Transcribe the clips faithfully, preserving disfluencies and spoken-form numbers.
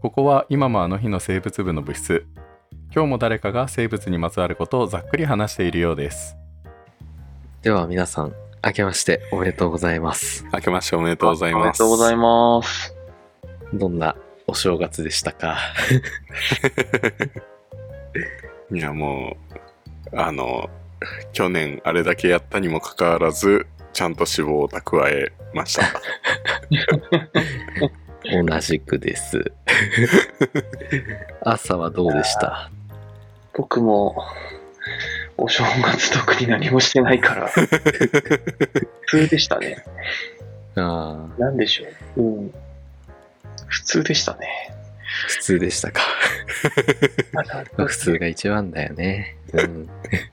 ここは今もあの日の生物部の部室。今日も誰かが生物にまつわることをざっくり話しているようです。 では皆さん、明けましておめでとうございます。 明けましておめでとうございます。 おめでとうございます。 どんなお正月でしたか？ いやもうあの去年あれだけやったにもかかわらずちゃんと脂肪を蓄えました。 同じくです。朝はどうでした？ 僕もお正月特に何もしてないから普通でしたね。 ああ、 なんでしょう、うん、普通でしたね。 普通でしたか。まあ普通が一番だよね。うん、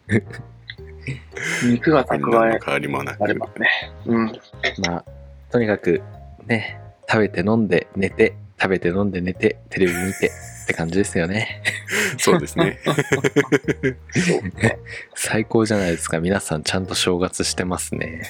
肉が蓄え変わりもなくあればね。うん。 まあとにかくね、食べて飲んで寝て食べて飲んで寝てテレビ見てって感じですよね。 そうですね。 そうね。 最高じゃないですか。皆さんちゃんと正月してますね。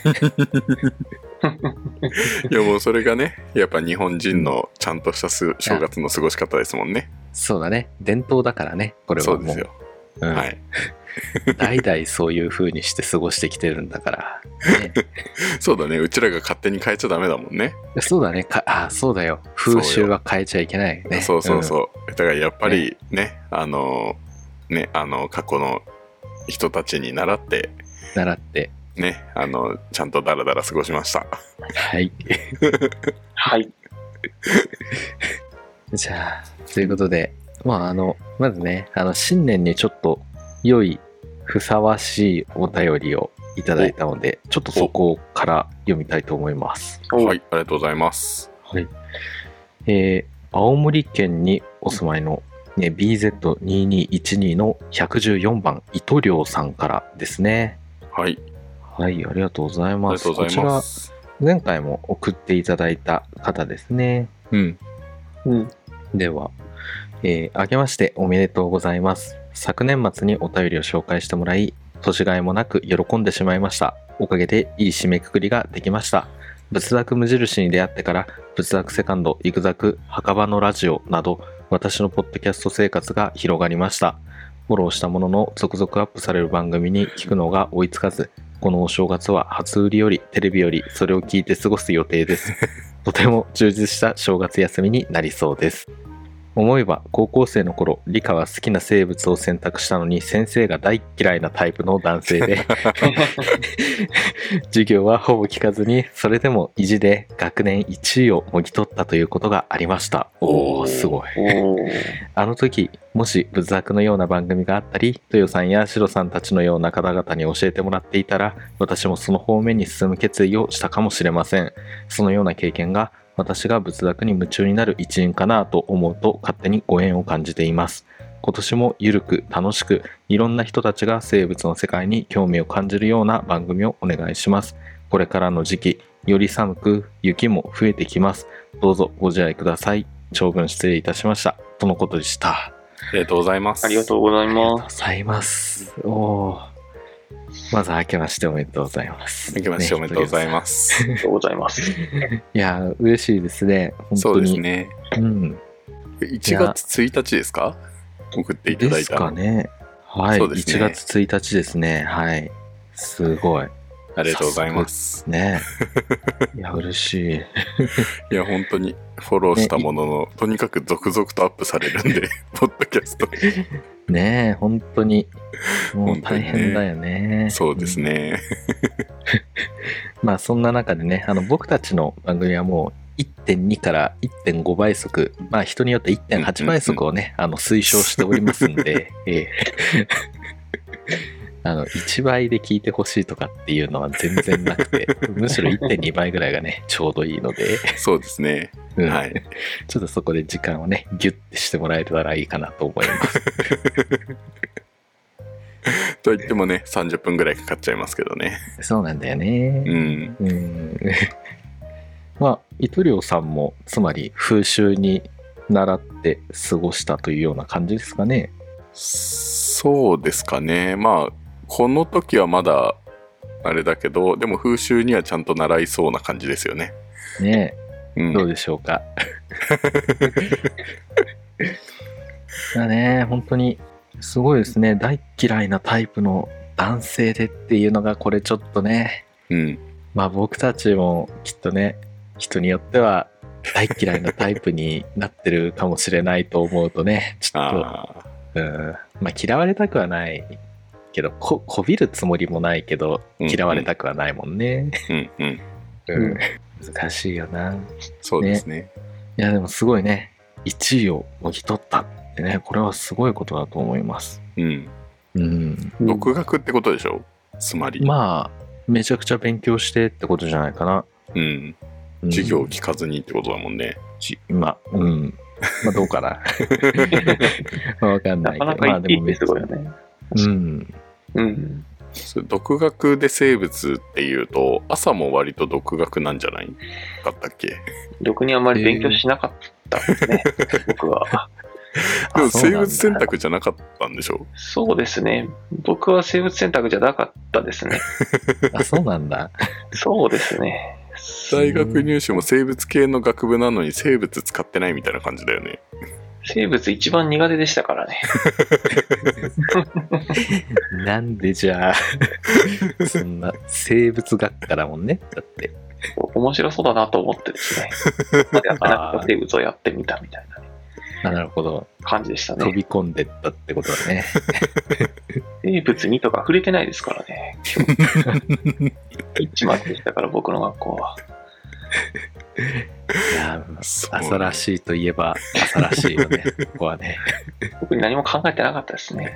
いやもうそれがねやっぱ日本人のちゃんとしたす正月の過ごし方ですもんね。 そうだね、伝統だからね、これはもう。 そうですよ、 うん、 はい。 代々そういう風にして過ごしてきてるんだから、ね、 そうだね、うちらが勝手に変えちゃダメだもんね。 そうだね、かあそうだよ、風習は変えちゃいけないね。 そうそうそう、うん、だからやっぱりね、ねあのねあの過去の人たちに習って習ってね、あのちゃんとダラダラ過ごしました。 はいはいじゃあということで、まああのまずね、あの新年にちょっと良いふさわしいお便りをいただいたので、ちょっとそこから読みたいと思います。 はい、ありがとうございます。 はい、えー、青森県にお住まいの、ね、ビーゼットににいちに のひゃくじゅうよんばん糸亮さんからですね。 はいはい、ありがとうございます。 ありがとうございます。 こちら前回も送っていただいた方ですね。 うんうん。 では、えー、明けましておめでとうございます。昨年末にお便りを紹介してもらい、年がいもなく喜んでしまいました。おかげでいい締めくくりができました。仏作無印に出会ってから仏作セカンド、イグザク、墓場のラジオなど私のポッドキャスト生活が広がりました。フォローしたものの続々アップされる番組に聞くのが追いつかず、このお正月は初売りよりテレビよりそれを聞いて過ごす予定です。とても充実した正月休みになりそうです。思えば高校生の頃、理科は好きな生物を選択したのに先生が大嫌いなタイプの男性で授業はほぼ聞かずに、それでも意地で学年いちいをもぎ取ったということがありました。おお、すごい。あの時もし仏作のような番組があったり、豊さんやシロさんたちのような方々に教えてもらっていたら、私もその方面に進む決意をしたかもしれません。そのような経験が私が仏作に夢中になる一因かなと思うと勝手にご縁を感じています。今年もゆるく楽しく、いろんな人たちが生物の世界に興味を感じるような番組をお願いします。これからの時期、より寒く雪も増えてきます。どうぞご自愛ください。長文失礼いたしました。とのことでした。 ありがとうございます。 ありがとうございます。 ありがとうございます。おー、まず明けましておめでとうございます。 明けましておめでとうございます。 ありがとうございます。 いや嬉しいですね。本当に。 そうですね。 うん。 いちがつついたちですか？送っていただいたの。 ですかね。はい。そうですね、いちがつついたちですね。はい。すごい。 ありがとうございます。 ね。いや嬉しい。 いや本当にフォローしたものの、ね、とにかく続々とアップされるんでポッドキャスト。 ねえ本当にもう大変だよね。 そうですね。 まあそんな中でね、あの僕たちの番組はもう いってんに から いってんご 倍速、まあ人によって いってんはち 倍速をね、うんうんうん、あの推奨しておりますんで、ええ、あのいちばいで聞いてほしいとかっていうのは全然なくて、むしろ いってんに 倍ぐらいがねちょうどいいので、 そうですね、 うん、 はい、 ちょっとそこで時間をねギュッてしてもらえたらいいかなと思いますと言ってもねさんじゅっぷんぐらいかかっちゃいますけどね。 そうなんだよね。うん、うんまあ糸亮さんもつまり風習に習って過ごしたというような感じですかね。 そうですかね。まあこの時はまだあれだけど、でも風習にはちゃんと習いそうな感じですよね。 ねえ、うん、どうでしょうか。 だね、本当にすごいですね。大嫌いなタイプの男性でっていうのがこれちょっとね、 うん。 まあ僕たちもきっとね、人によっては大嫌いなタイプになってるかもしれないと思うとね、ちょっと、 ああ。 うん、まあ嫌われたくはないけど、こ、こびるつもりもないけど、 うんうん嫌われたくはないもんね。 うんうん。 うんうん難しいよな。 そうですね。 いやでもすごいね、いちいをもぎ取ったってね、これはすごいことだと思います。 うん。 うん。 うん独学ってことでしょ、つまり。 まあ、めちゃくちゃ勉強してってことじゃないかな。 うん。 うん授業を聞かずにってことだもんね。 じまあ、うん。まあどうかな。わかんなけど。 ないかなかまあ言っていいってすごいめっちゃよね。 うん。 うん。 それ独学で生物っていうと、朝も割と独学なんじゃないかったっけ？ ろくにあんまり勉強しなかったですね、僕は。 でもあそうなんだ生物選択じゃなかったんでしょ？ そうですね。僕は生物選択じゃなかったですね。 あ、そうなんだ。 そうですね。 大学入試も生物系の学部なのに生物使ってないみたいな感じだよね。 生物一番苦手でしたからね。 なんでじゃあ、そんな生物学科だもんね。だって。 面白そうだなと思ってですね。までなかなか生物をやってみたみたいなねあ、なるほど。 感じでしたね。 飛び込んでったってことだね。 生物にとか触れてないですからね。一末でしたから、僕の学校は。 いや、 そう朝らしいといえば朝らしいよね。ここはね。 特に何も考えてなかったですね。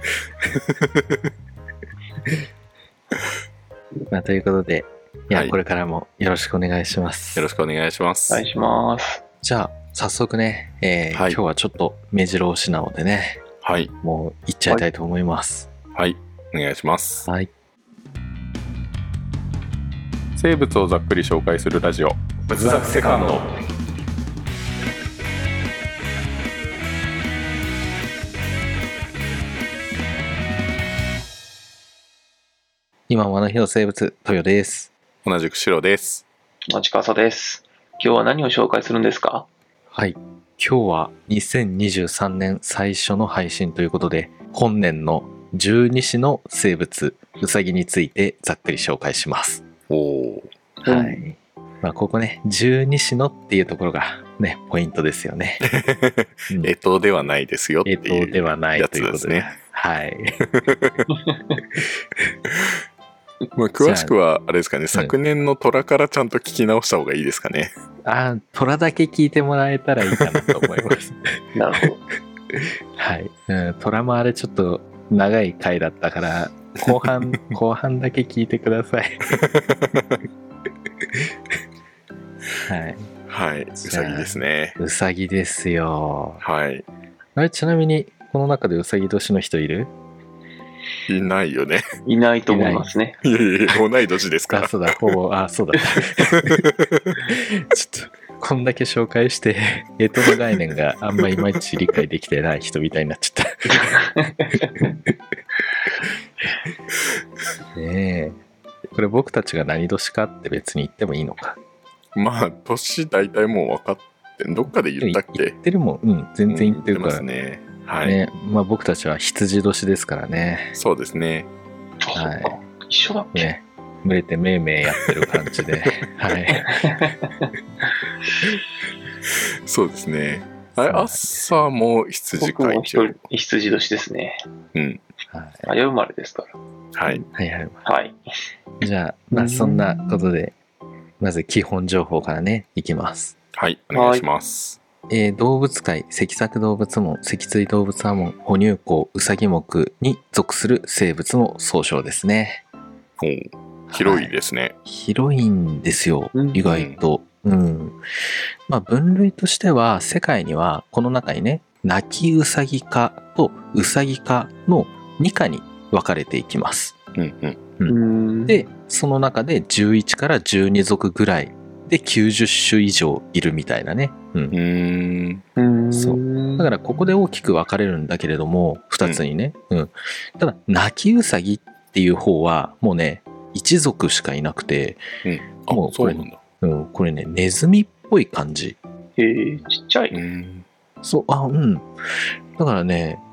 まあ、ということで、いや、 はいこれからもよろしくお願いします。 よろしくお願いします。 お願いします。 じゃあ、早速ね、えーはい今日はちょっと目白押しなのでね、 はい。 もう行っちゃいたいと思います。 はい。お願いします。 はい。 生物をざっくり紹介するラジオ。仏作セカンド。 今もあの日の生物、トヨです。 同じく白です。 同じく朝です。今日は何を紹介するんですか？ はい。今日はにせんにじゅうさんねん最初の配信ということで、本年の十二支の生物、ウサギについてざっくり紹介します。 おお。 うんはい。まあ、ここね、十二支のっていうところがね、ポイントですよね。うん干支ではないですよってえっと、 いうではないやということで。 つですね。 はい。 まあ、詳しくはあれですかね、昨年の虎からちゃんと聞き直した方がいいですかね。 あー、虎だけ聞いてもらえたらいいかなと思います。 なるほど。 はい。うん、虎もあれちょっと長い回だったから、後半、後半だけ聞いてください。はい。 はい。うさぎですね。 うさぎですよ。 はい。 あれ、ちなみに、この中でうさぎ年の人いる？ いないよね。 いないと思いますね。 いやいやいや、同い年ですかあ、 ら。 そうだ、ほぼ、あ、そうだ。ちょっと、こんだけ紹介して、干支の概念があんまいまいち理解できてない人みたいになっちゃった。ねえ。これ僕たちが何年かって別に言ってもいいのか。 まあ、年大体もう分かって、どっかで言ったっけ？ 言ってるもん。うん、全然言ってるうんから。 言ってますね。はい。 ね、まあ僕たちは羊年ですからね。 そうですね。 あ、 はいそっか。一緒だっけ？ ね。群れてめいめいやってる感じで。はい。 そうですね。あれ、朝も羊僕か一応。 も一人羊年ですね。 うん。 はい早生まれですから。 はい。 はいはい。 はい。 じゃあ、まあそんなことで、まず基本情報からね、いきます。 はい。お願いします。 えー動物界、脊索動物門、脊椎動物亜門、哺乳綱、ウサギ目に属する生物の総称ですね。 おう広いですね。 広いんですよ、 うん意外と。うん。まあ分類としては、世界にはこの中にね、鳴きウサギ科とウサギ科のに科に分かれていきます。 うんうん。 うーん。 で、その中でじゅういちからじゅうに属ぐらいできゅうじゅっ種以上いるみたいなね。うんう。ーん。 うーんそうだからここで大きく分かれるんだけれども、二つにね。うん。ただ、鳴きウサギっていう方は、もうね、一族しかいなくて、 うん。あ、 もうこれそうなんだ。 うん、これね、ネズミっぽい感じ。 えー、ちっちゃい。 うーん。 そう、あ、うん。だからね、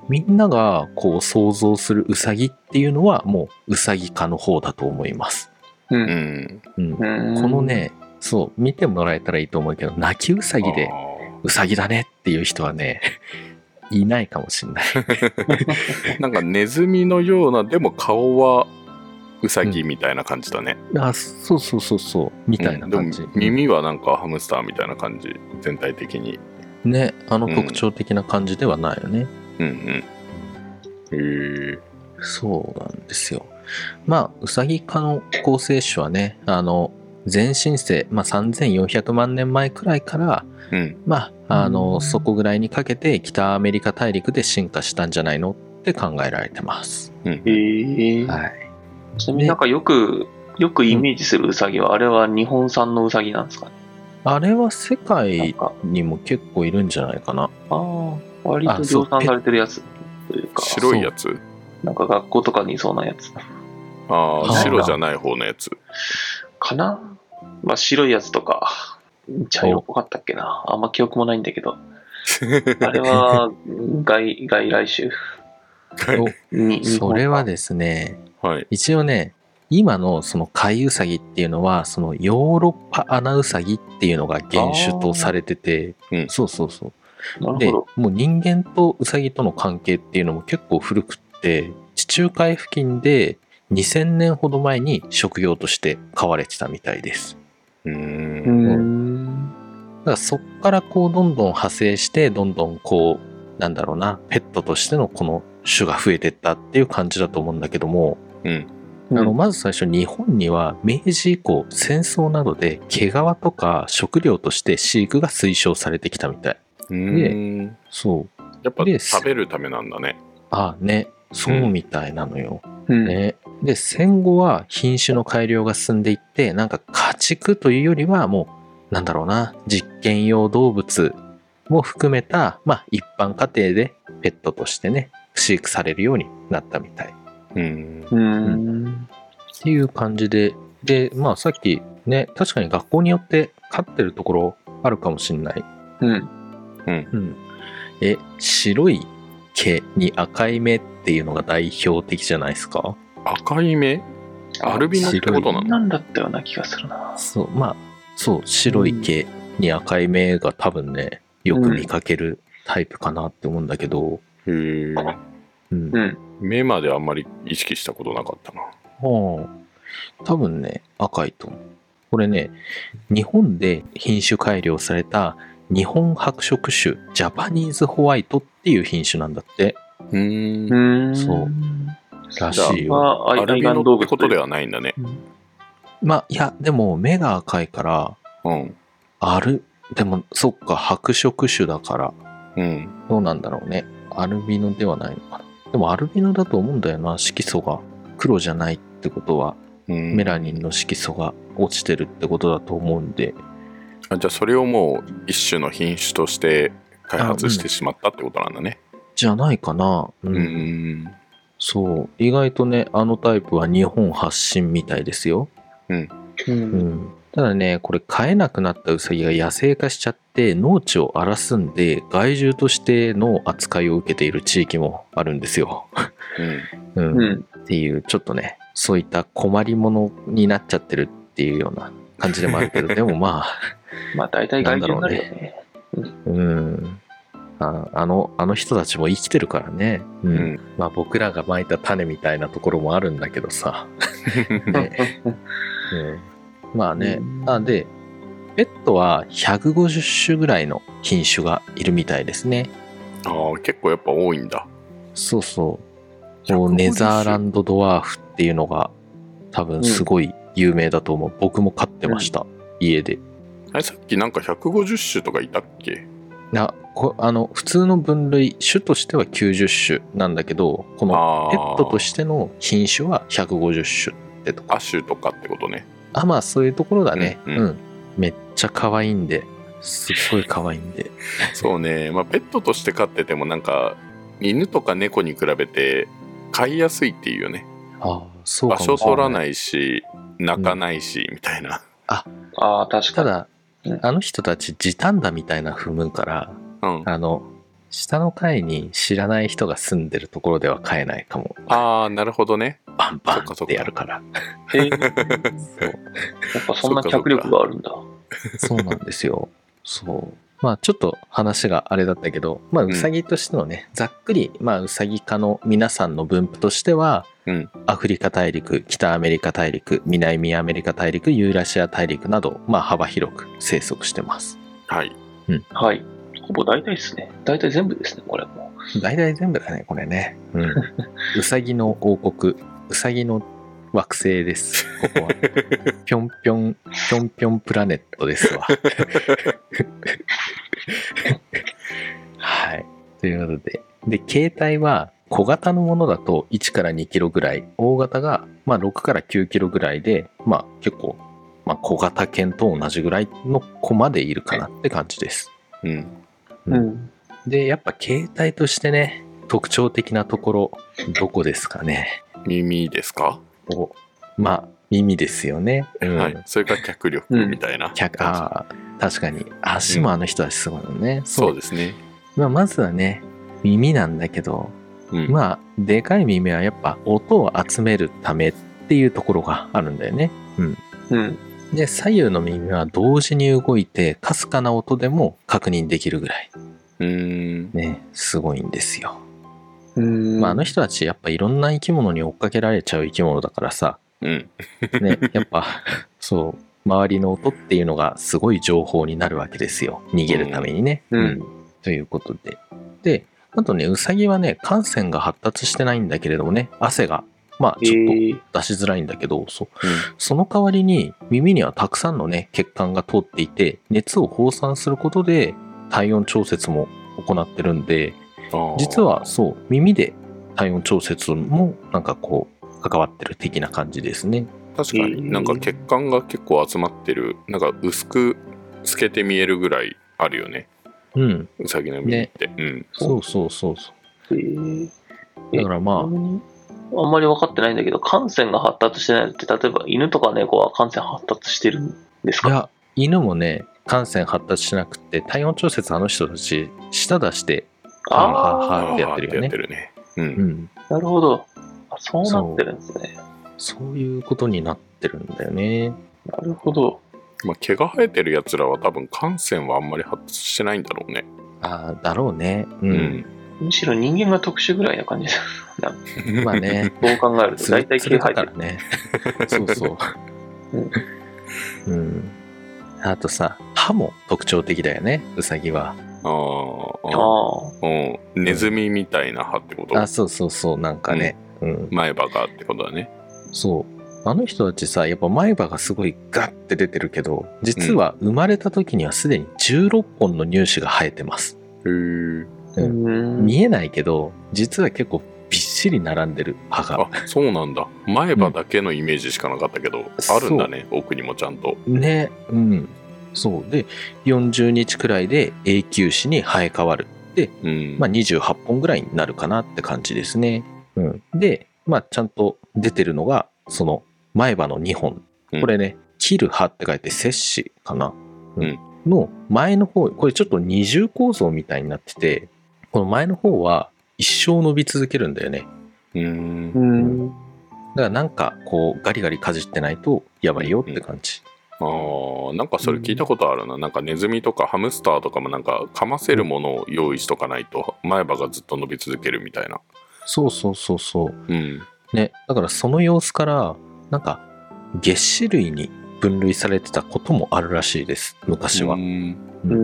みんながこう想像するウサギっていうのはもうウサギ科の方だと思います。 う。 うんん。 うん、このね、そう見てもらえたらいいと思うけど、泣きウサギでウサギだねっていう人はねいないかもしれない。 なんかネズミのような、でも顔はウサギみたいな感じだね。 あ、そうそうそうそうみたいな感じ。 うん、でも耳はなんかハムスターみたいな感じ、全体的に。 ね、あの特徴的な感じではないよね。 うんうん。へえ。 そうなんですよ。まあウサギ科の構成種はね、あの全身性、まあ、さんぜんよんひゃくまんねんまえくらいから、 うん、 まああのそこぐらいにかけて北アメリカ大陸で進化したんじゃないのって考えられてます。 うん、 へえ。 はい。 ちなみになんかよく、よくイメージするウサギは、あれは日本産のウサギなんですかね。 あれは世なん界か、 にも結構いるんじゃないかな。 ああ、割と量産されてるやつというか、 白いやつ。 なんか学校とかにいそうなやつ。 ああ、 はい白じゃない方のやつ。 かな。まあ白いやつとか、茶色っぽかったっけな。あんま記憶もないんだけど。あれは外、外来種に。日本それはですね、 はい。 一応ね、今のその飼いウサギっていうのは、そのヨーロッパアナウサギっていうのが原種とされてて、 うんそうそうそう。で、 なるほもう人間とウサギとの関係っていうのも結構古くって、地中海付近でにせんねんほど前に食用として飼われてたみたいです。 うー。 ど。うんん。 だからそっからこうどんどん派生して、どんどんこう、なんだろうな、ペットとしてのこの種が増えてったっていう感じだと思うんだけども、 うん。 あのまず最初日本には明治以降戦争などで毛皮とか食料として飼育が推奨されてきたみたい。 うーん。 そう。 やっぱで食べるためなんだね。 あね、そうみたいなのよ。 うん。 ね、で戦後は品種の改良が進んでいって、なんか家畜というよりはもうなんだろうな、実験用動物も含めた、まあ、一般家庭でペットとしてね飼育されるようになったみたいっうん。 うん。 ていう感じで、でまあさっきね、確かに学校によって飼ってるところあるかもしんない。 うん。 うん、え白い毛に赤い目っていうのが代表的じゃないですか。 赤い目？アルビノってことなの？ なんだったような気がするな。 そう、まあそう、白い毛に赤い目が多分ねよく見かけるタイプかなって思うんだけど、 へえ。 うんうん。 目まであんまり意識したことなかったな。 はあ、多分ね赤いと思う。これね、日本で品種改良された日本白色種ジャパニーズホワイトっていう品種なんだって。 うーん。 うん。 そうらしいよ。 はアルビノってことではないんだね。 まあいやでも目が赤いからうん。 ある、でもそっか白色種だからうん。 どうなんだろうね。アルビノではないのかな。でもアルビノだと思うんだよな。色素が黒じゃないってことは、 うん、 メラニンの色素が落ちてるってことだと思うんで。 あ、じゃあそれをもう一種の品種として開発してしまったってことなんだね。 じゃないかな。う。 うんん。 そう。意外とね、あのタイプは日本発信みたいですよ。 う。 うんん。ただね、これ飼えなくなったウサギが野生化しちゃって農地を荒らすんで害獣としての扱いを受けている地域もあるんですよ。 うん。 うん。 うん。 っていうちょっとね、そういった困りものになっちゃってるっていうような感じでもあるけど、でもまあ、 まあ大体外見になるよね。 うん。ああの、あの人たちも生きてるからね。う。 うんん。 まあ僕らが蒔いた種みたいなところもあるんだけどさ。ね。うん、まあね。 うんあ、で、ペットはひゃくごじゅっ種ぐらいの品種がいるみたいですね。 ああ、結構やっぱ多いんだ。 そうそう。こうネザーランドドワーフっていうのが多分すごい有名だと思う。僕も飼ってました。家で。 あれさっきなんかひゃくごじゅっ種とかいたっけ？ なこあの普通の分類種としてはきゅうじゅっ種なんだけど、このペットとしての品種はひゃくごじゅっ種ってとこ。 亜種とかってことね。 あ、まあそういうところだね。 ううんん、うん、めっちゃ可愛いんで、すっごい可愛いんで。 そうね。まあペットとして飼っててもなんか犬とか猫に比べて飼いやすいっていうよね。 ああ、そうか場もしれない。 所取らないし泣かないし、みたいな。 ああ、確かに。 ただ、 うんあの人たち時短だみたいな踏むから、 うん。 あの下の階に知らない人が住んでるところでは飼えないかも。 ああ、なるほどね。 バンバンってやるから。 へえ。 そう。 やっぱそんな脚力があるんだ。 そうなんですよ。そう。まあちょっと話があれだったけど、まあウサギとしてのね、うん、ざっくり、まあウサギ科の皆さんの分布としては、うん、アフリカ大陸、北アメリカ大陸、南アメリカ大陸、ユーラシア大陸など、まあ幅広く生息してます。 はい。 うん。はい。ほぼ大体ですね。大体全部ですね、これも。 大体全部だね、これね。うん。ウサギの王国、ウサギの惑星です、ここは。ぴょんぴょん、ぴょんぴょんプラネットですわ。はい。ということで。で、形態は小型のものだといちからにキロぐらい、大型がまあろくからきゅうキロぐらいで、まあ結構、まあ小型犬と同じぐらいの子までいるかなって感じです。 うん。 うん、で、やっぱ形態としてね、特徴的なところ、どこですかね。 耳ですか？ お、まあ、耳ですよね。うん、 はい。それから脚力みたいな。 脚、ああ、確かに。足もあの人はすごいのね。うん、 そうですね。 まあ、まずはね、耳なんだけど、うん、まあ、でかい耳はやっぱ音を集めるためっていうところがあるんだよね。うん。 うん。で、 左右の耳は同時に動いて、かすかな音でも確認できるぐらい。 うーん。 ね、すごいんですよ。 うーん。 まあ、あの人たちやっぱいろんな生き物に追っかけられちゃう生き物だからさ。 うん。 ね、やっぱ、そう、周りの音っていうのがすごい情報になるわけですよ。逃げるためにね。 うん。うん、 ということで。で、あとね、ウサギはね、汗腺が発達してないんだけれどもね、汗が、まあちょっと出しづらいんだけど、そう、うん、その代わりに耳にはたくさんのね、血管が通っていて、熱を放散することで体温調節も行ってるんで、実はそう、耳で体温調節もなんかこう、関わってる的な感じですね。 確かになんか血管が結構集まってる、なんか薄く透けて見えるぐらいあるよね。 うん。 ウサギの耳って。ね、うん。 そうそうそうそう。 へー。 だからまあ、 あんまり分かってないんだけど、汗腺が発達してないって、例えば犬とか猫は汗腺発達してるんですか？ いや、犬もね、汗腺発達しなくて、体温調節あの人たち、舌出して、 ああ、 はーってやってるよね。 やってるね。うん。 うん、なるほど。あ、そうなってるんですね。 そう、そういうことになってるんだよね。 なるほど。 まあ、毛が生えてるやつらは多分汗腺はあんまり発達してないんだろうね。 ああ、だろうね。うん。うんむしろ人間が特殊ぐらいな感じだ。 まあね。 そう考えると大体毛生えてるからね。そうそう。うん。うん。あとさ、歯も特徴的だよね、ウサギは。 ああ。うん。ネズミみたいな歯ってこと？ あ、そうそうそう、なんかね。 うん。前歯がってことだね。 そう。あの人たちさ、やっぱ前歯がすごいガッて出てるけど、実は生まれた時にはすでにじゅうろっぽんの乳歯が生えてます。 へー。 うん、見えないけど実は結構びっしり並んでる歯が。 あ、そうなんだ。前歯だけのイメージしかなかったけど、うん、あるんだね、奥にもちゃんとね。うん、そうでよんじゅうにちくらいで永久歯に生え変わるで、うん、まあ、にじゅうはっぽんぐらいになるかなって感じですね。うん、で、まあ、ちゃんと出てるのがその前歯のにほん、これね、うん、切る歯って書いて切歯かな、うん、の前の方、これちょっと二重構造みたいになってて、この前の方は一生伸び続けるんだよね。 うーん。 うん。だからなんかこうガリガリかじってないとやばいよって感じ。 うん、ああ、なんかそれ聞いたことあるな。なんかネズミとかハムスターとかもなんか噛ませるものを用意しとかないと前歯がずっと伸び続けるみたいな。 そうそうそうそう。 うん。 ね、だからその様子からなんか齧歯類に分類されてたこともあるらしいです、昔は。うーん。うん。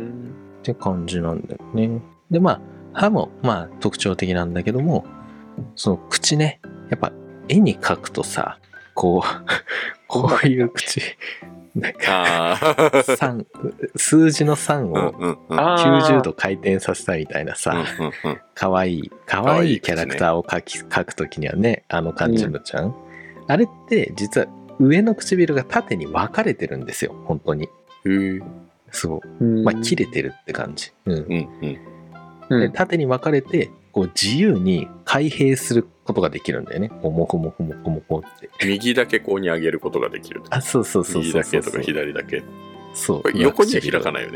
って感じなんだよね。で、まあ、歯も、まあ、特徴的なんだけども、その口ね、やっぱ、絵に描くとさ、こう、こういう口、なんか、さん、数字のさんをきゅうじゅうど回転させたみたいなさ、かわいい、かわいいキャラクターを描き、描くときにはね、あの感じのじゃん。うん、あれって、実は、上の唇が縦に分かれてるんですよ、本当に。 へー。 そう。まあ、切れてるって感じ。うん。 うんうんで縦に分かれてこう自由に開閉することができるんだよね。こうモコモコモコモコって。 右だけこうに上げることができる。 あ、そうそうそうそうそう。 右だけとか左だけ。 そう。 横には開かないよね。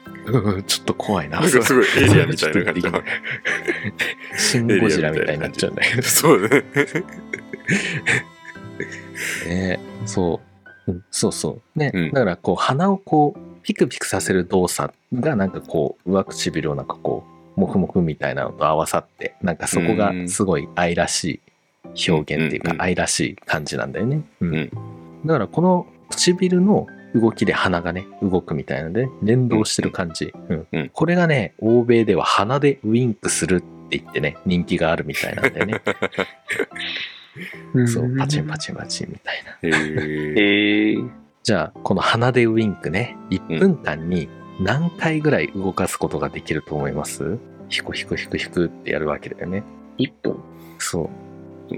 うん、ちょっと怖いな。 なんかすごいエイリアンみたいな感じだ。 シン・ゴジラみたいになっちゃうんだけど。 そうね。 ね、そう、うん、そうそうね、 うん、 だからこう鼻をこうピクピクさせる動作がなんかこう上唇をなんかこうモフモフみたいなのと合わさって、なんかそこがすごい愛らしい表現っていうか、愛らしい感じなんだよね、うんうん、だからこの唇の動きで鼻がね動くみたいなので連動してる感じ、うんうん、これがね欧米では鼻でウインクするって言ってね人気があるみたいなんだよねそうパチンパチンパチンみたいな。 へーじゃあこの鼻でウインクねいっぷんかんに何回ぐらい動かすことができると思います？ヒコヒコヒコヒコってやるわけだよね。 いっぷん。 そう。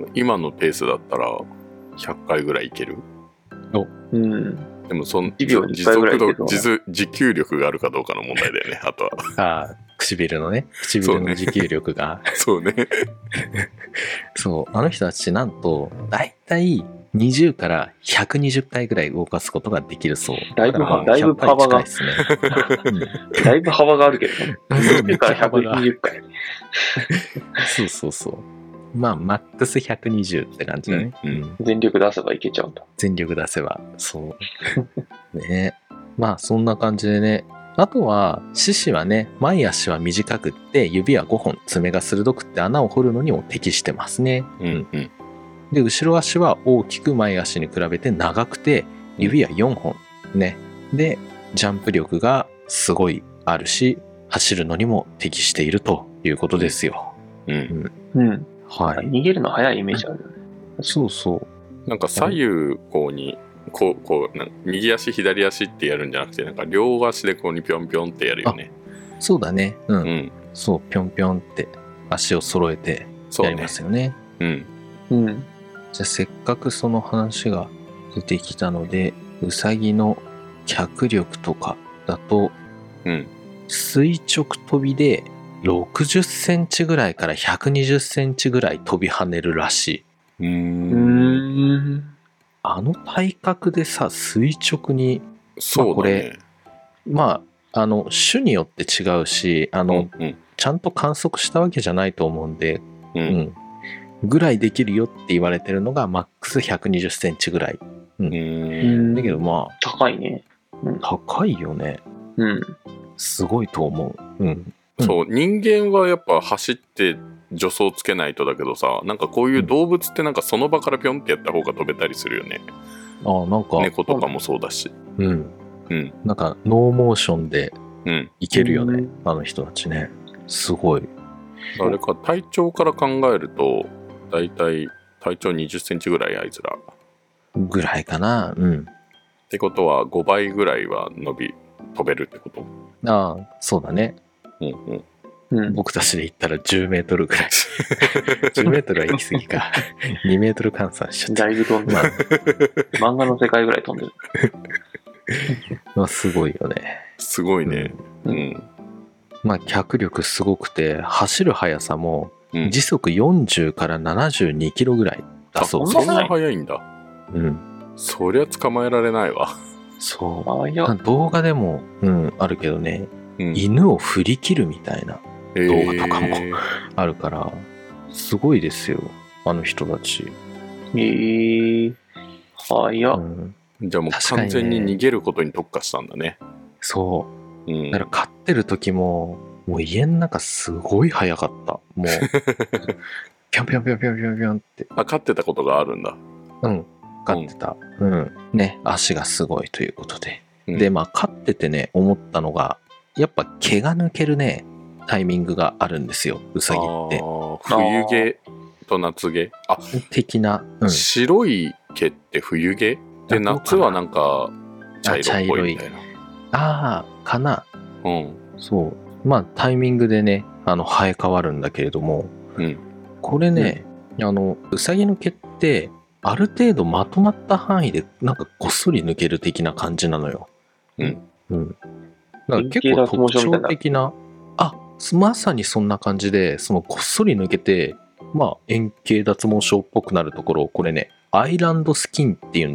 今のペースだったらひゃっかいぐらいいける？ お、うん。 でもその持続度持持久力があるかどうかの問題だよね。あとは。 ああ唇のね唇の持久力が。 そうね。 そう、あの人たちなんとだいたいにじゅうからひゃくにじゅっかいぐらい動かすことができるそう。 だいぶだいぶ幅が、 ね、 だいぶ幅があるけどね。にじゅうからひゃくにじゅっかい。 そうそうそう。まあマックスひゃくにじゅうって感じだね。 うんうん、 全力出せばいけちゃうんだ。 全力出せばそうね。まあそんな感じでね。あとは獅子はね前足は短くって指はごほん爪が鋭くって穴を掘るのにも適してますね、 うんうん、 で後ろ足は大きく前足に比べて長くて指はよんほんねでジャンプ力がすごいあるし走るのにも適しているということですよ。 うんうん、うん、はい、逃げるの速いイメージあるよね。 そうそうなんか左右こうにこうこうなん右足左足ってやるんじゃなくてなんか両足でこうにぴょんぴょんってやるよね。 そうだね、うん、うん、そうぴょんぴょんって足を揃えてやりますよね。 うねうん、うん、 じゃあせっかくその話が出てきたのでウサギの脚力とかだと、 うん、 垂直跳びでろくじゅっセンチぐらいからひゃくにじゅっセンチぐらい飛び跳ねるらしい。 うーんあの体格でさ垂直にそうだね、まあ、これまああの種によって違うしあの、うんうん、ちゃんと観測したわけじゃないと思うんで、 うんうん、 ぐらいできるよって言われてるのがマックスひゃくにじゅっセンチぐらい、うん、うんだけどまあ高いね、 うん、高いよね、 うん、 すごいと思う、うん、 そう人間はやっぱ走って助走つけないとだけどさなんかこういう動物ってなんかその場からピョンってやった方が飛べたりするよね。 ああなんか猫とかもそうだしうんうんなんかノーモーションでいけるよね、 うん、 あの人たちねすごい。 あれか体長から考えるとだいたい体長にじゅっセンチぐらいあいつらぐらいかな。うんってことはごばいぐらいは伸び飛べるってこと。 ああそうだね。 うんうんうん、僕たちで言ったらじゅうメートルぐらいじゅうメートルは行き過ぎかにメートル換算しちゃった。 だいぶ飛んでる漫画の世界ぐらい飛んでるまあすごいよね。 すごいね、うん、うん、 まあ脚力すごくて走る速さも時速よんじゅうからななじゅうにキロぐらいだそうです。 そんな速いんだ。 うんそりゃ捕まえられないわ。 そう動画でも、うん、あるけどね、うん、犬を振り切るみたいな動画とかもあるから、えー、すごいですよあの人たち。 えー、はや、うん、じゃあもう完全に逃げることに特化したんだね。 そう、うん、だから飼ってる時ももう家の中すごい早かったもうぴょんぴょんぴょんぴょんぴょんぴょんって。 あ飼ってたことがあるんだ。 うん飼ってた、うん、うん、ね足がすごいということで、うん、でまあ飼っててね思ったのがやっぱ毛が抜けるねタイミングがあるんですよウサギって。 冬毛と夏毛あ的な、うん、 白い毛って冬毛で夏はなんか茶色っぽいみたいな。 ああかな。 うんそうまあタイミングでねあの生え変わるんだけれども、 うん、 これね、うん、あのウサギの毛ってある程度まとまった範囲でなんかこっそり抜ける的な感じなのよ。 うんうんだから結構特徴的な、あ、まさにそんな感じで、そのこっそり抜けて、まあ円形脱毛症っぽくなるところを、これね、アイランドスキンって言うんですよ。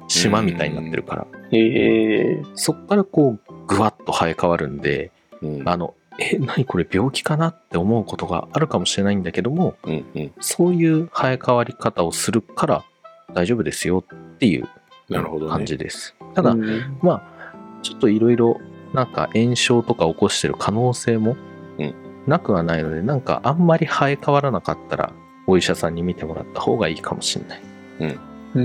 島みたいになってるから。 へえ。 そっからこうぐわっと生え変わるんで、 うん、 あのえ何これ病気かなって思うことがあるかもしれないんだけども、 うんうん、 そういう生え変わり方をするから大丈夫ですよっていう感じです。なるほどね、ただ、うん、まあちょっといろいろなんか炎症とか起こしてる可能性もなくはないので、うん、なんかあんまり生え変わらなかったらお医者さんに見てもらった方がいいかもしれない。うんうん、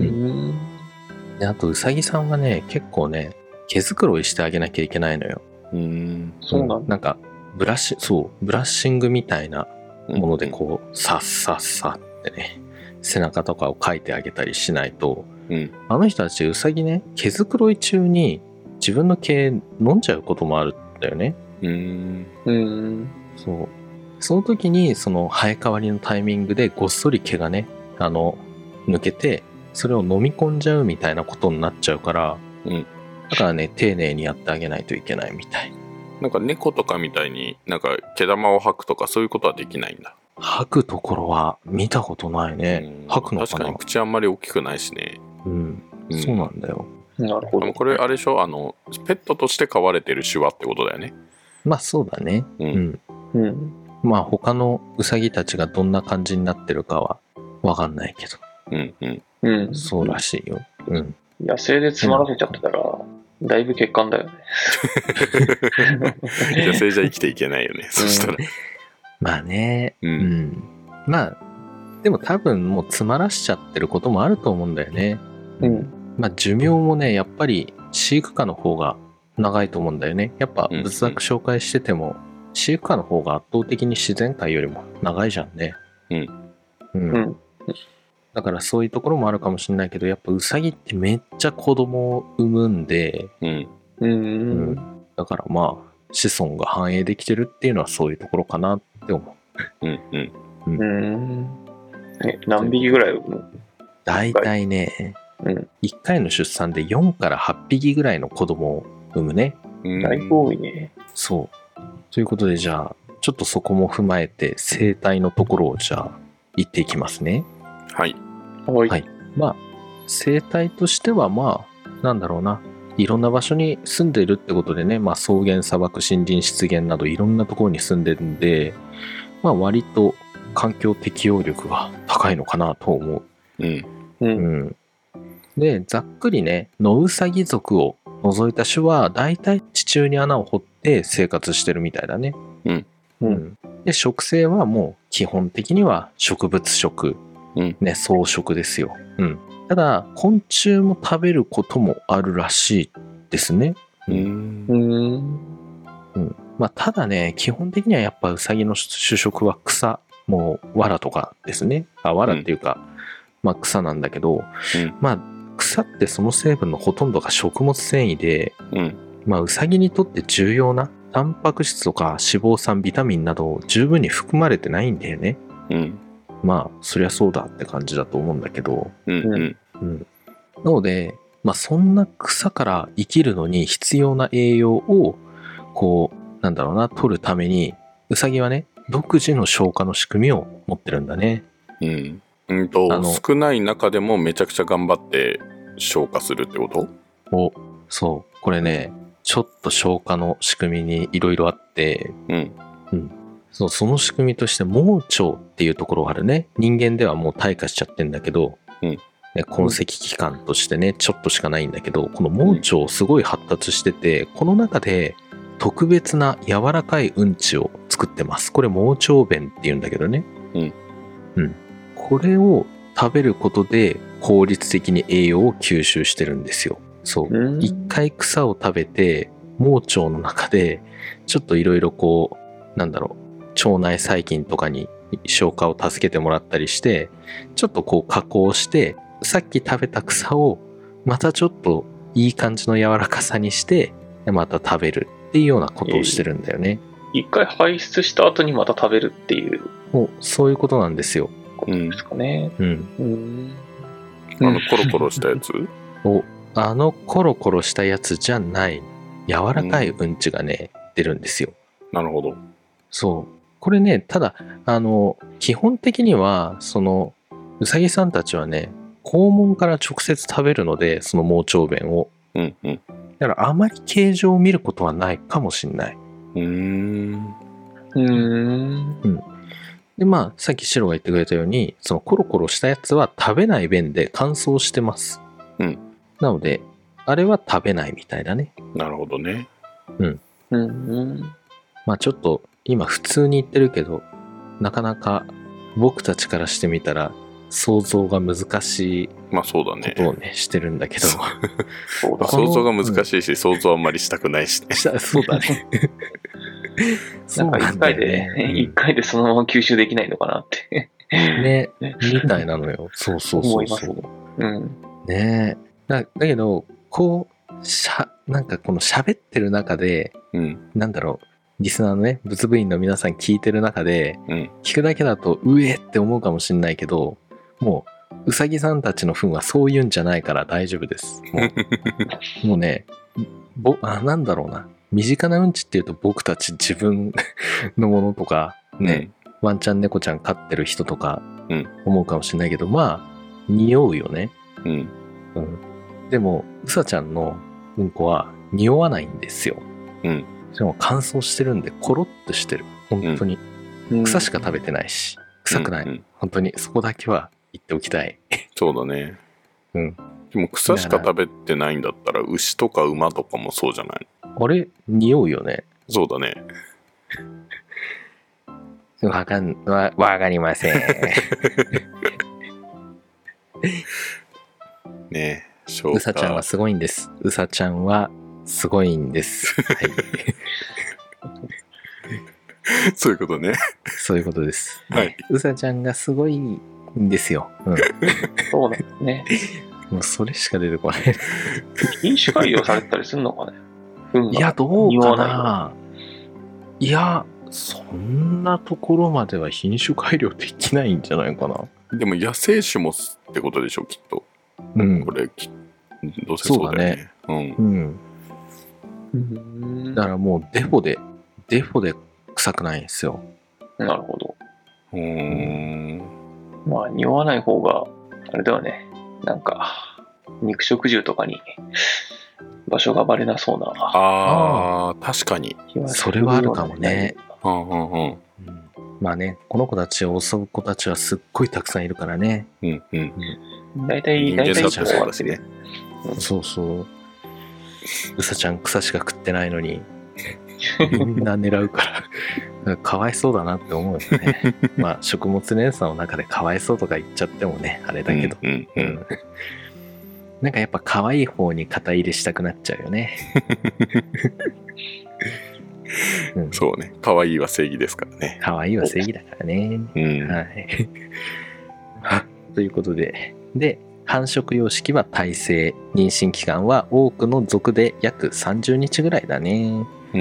であとうさぎさんはね結構ね毛づくろいしてあげなきゃいけないのよ。 うーん、 そうなんだ。 なんかブラッシュそうブラッシングみたいなものでこう、うん、さっさっさってね背中とかをかいてあげたりしないと、うん、あの人たちうさぎね毛づくろい中に自分の毛飲んじゃうこともあるんだよね。 うーん、 うーん、 そうその時にその生え変わりのタイミングでごっそり毛がねあの抜けてそれを飲み込んじゃうみたいなことになっちゃうから、うん、だからね丁寧にやってあげないといけないみたい。 なんか猫とかみたいになんか毛玉を吐くとかそういうことはできないんだ。 吐くところは見たことないね。吐くのかな。 確かに口あんまり大きくないしね。 うん、うん、そうなんだよ。 なるほど。 これあれでしょ、あのペットとして飼われてる種はってことだよね。 まあそうだね。うん。うん、まあ他のウサギたちがどんな感じになってるかはわかんないけど。 うんうんうん。 そうらしいよ。うん。 野生で詰まらせちゃってたら、うん、だいぶ欠陥だよね。 野生じゃ生きていけないよね。そしたら。 まあね。うん。うん、まあでも多分もう詰まらしちゃってることもあると思うんだよね。 うん。 まあ寿命もねやっぱり飼育下の方が長いと思うんだよね。やっぱ仏作紹介してても、うんうん、飼育下の方が圧倒的に自然界よりも長いじゃんね。 うん。 うん。うんだからそういうところもあるかもしれないけど、やっぱウサギってめっちゃ子供を産むんで、 うんうん、 だからまあ子孫が繁栄できてるっていうのはそういうところかなって思う。うんうんうん。うんえ何匹ぐらい産む？ だいたいね、うん、いっかいの出産でよんからはっぴきぐらいの子供を産むね。 だいぶ多いね。 そう。ということでじゃあちょっとそこも踏まえて生態のところをじゃあ言っていきますね。 はい。 はい。 はい。まあ、生態としては、まあ、なんだろうな。いろんな場所に住んでるってことでね、まあ、草原、砂漠、森林、湿原などいろんなところに住んでるんで、まあ、割と環境適応力が高いのかなと思う。 うん。 うん。で、ざっくりね、ノウサギ属を除いた種は、だいたい地中に穴を掘って生活してるみたいだね。 うん。 うん。で、食性はもう基本的には植物食。 うんね、草食ですよ。うん。ただ、昆虫も食べることもあるらしいですね。 うん。うん。 うん。まあ、ただね、基本的にはやっぱウサギの主食は草、もう藁とかですね。あ、藁っていうか、うん、まあ草なんだけど、うん、まあ草ってその成分のほとんどが食物繊維で、 うん、 まあウサギにとって重要なタンパク質とか脂肪酸、ビタミンなど十分に含まれてないんだよね。 うん。 まあそりゃそうだって感じだと思うんだけど、 うんうんうん、なので、まあ、そんな草から生きるのに必要な栄養をこうなんだろうな取るためにウサギはね独自の消化の仕組みを持ってるんだね。 うんうんと少ない中でもめちゃくちゃ頑張って消化するってこと？ おそうこれねちょっと消化の仕組みにいろいろあって、 うんうんそうその仕組みとして盲腸っていうところがあるね。人間ではもう退化しちゃってんだけど、 うんね、痕跡器官としてねちょっとしかないんだけど、この盲腸すごい発達してて、この中で特別な柔らかいうんちを作ってます。これ盲腸便っていうんだけどね、 うんうん、これを食べることで効率的に栄養を吸収してるんですよ。そう一回草を食べて盲腸の中でちょっといろいろこうなんだろう腸内細菌とかに消化を助けてもらったりしてちょっとこう加工してさっき食べた草をまたちょっといい感じの柔らかさにしてまた食べるっていうようなことをしてるんだよね。 えー、一回排出した後にまた食べるっていうもうそういうことなんですよ。 ことですかね。 うん、うん、 あのコロコロしたやつおあのコロコロしたやつじゃない柔らかいうんちがね、うん、出るんですよ。 なるほど。 そうこれねただあの基本的にはそのうさぎさんたちはね肛門から直接食べるので、その盲腸弁を。 うんうん。 だからあまり形状を見ることはないかもしれない。 うーん。 うーん。 うん。で、まあ、さっきシロが言ってくれたように、そのコロコロしたやつは食べない便で乾燥してます。 うん。 なので、あれは食べないみたいだね。 なるほどね。 うん。 うん。 まあちょっと、今普通に言ってるけど、なかなか僕たちからしてみたら、想像が難しいまあそうだね。 ことをね、してるんだけど。 そうだ。 想像が難しいし、うん、想像あんまりしたくないしね。 そうだね。 なんか一回で、一回でそのまま吸収できないのかなって。 ね、みたいなのよ。そうそうそうそう。 うん。 ねえ。だ、だけど、こう、しゃ、なんかこの喋ってる中で、 うん、 なんだろう、リスナーのね、仏部員の皆さん聞いてる中で、 うん、 聞くだけだと、うえって思うかもしれないけど、もう、うさぎさんたちの糞はそういうんじゃないから大丈夫です。もう、もうね、ぼ、あ、なんだろうな。身近なうんちっていうと僕たち自分のものとか、ね、うん、ワンちゃん猫ちゃん飼ってる人とか思うかもしれないけど、まあ、匂うよね。 うん。 うん、でも、うさちゃんのうんこは匂わないんですよ。 うん。 でも乾燥してるんでコロッとしてる。本当に。うん、草しか食べてないし、臭くない。うんうん、本当に、そこだけは言っておきたい。 そうだね。 うん。 でも草しか食べてないんだったら、牛とか馬とかもそうじゃない？ あれ匂うよね。 そうだね。 わかん、わ、わかりません。 ねえ、 うさちゃんはすごいんです。うさちゃんはすごいんです。はい。 そういうことね。 そういうことです。 はい。 うさちゃんがすごいんですよ。うん。 そうなんですね。 もうそれしか出てこない。 品種改良されたりするのかね。 いや、どうかな。いや、そんなところまでは品種改良できないんじゃないかな。 でも野生種もってことでしょ、きっと。 うん。 これ、どうせそうだよね。 そうだね。うん。うん。だからもうデフォで、デフォで臭くないんですよ。 なるほど。 うーん。 まあ、匂わない方が、あれだよね。なんか、肉食獣とかに場所がバレなそうな。 ああ、確かに。 それはあるかもね。 うんうんうん。 まあね、この子たちを襲う子たちはすっごいたくさんいるからね。 うんうん。 大体、大体そうだしね。 そうそう。うさちゃん草しか食ってないのに、みんな狙うから、かわいそうだなって思うよね。まあ、食物連鎖の中でかわいそうとか言っちゃってもね、あれだけど。 うんうんうん、 なんかやっぱ可愛い方に肩入れしたくなっちゃうよね。 うん、そうね。可愛いは正義ですからね。 可愛いは正義だからね。 うん、 はい。ということで、で、繁殖様式は胎生、妊娠期間は多くの属で約さんじゅうにちぐらいだね。 うん、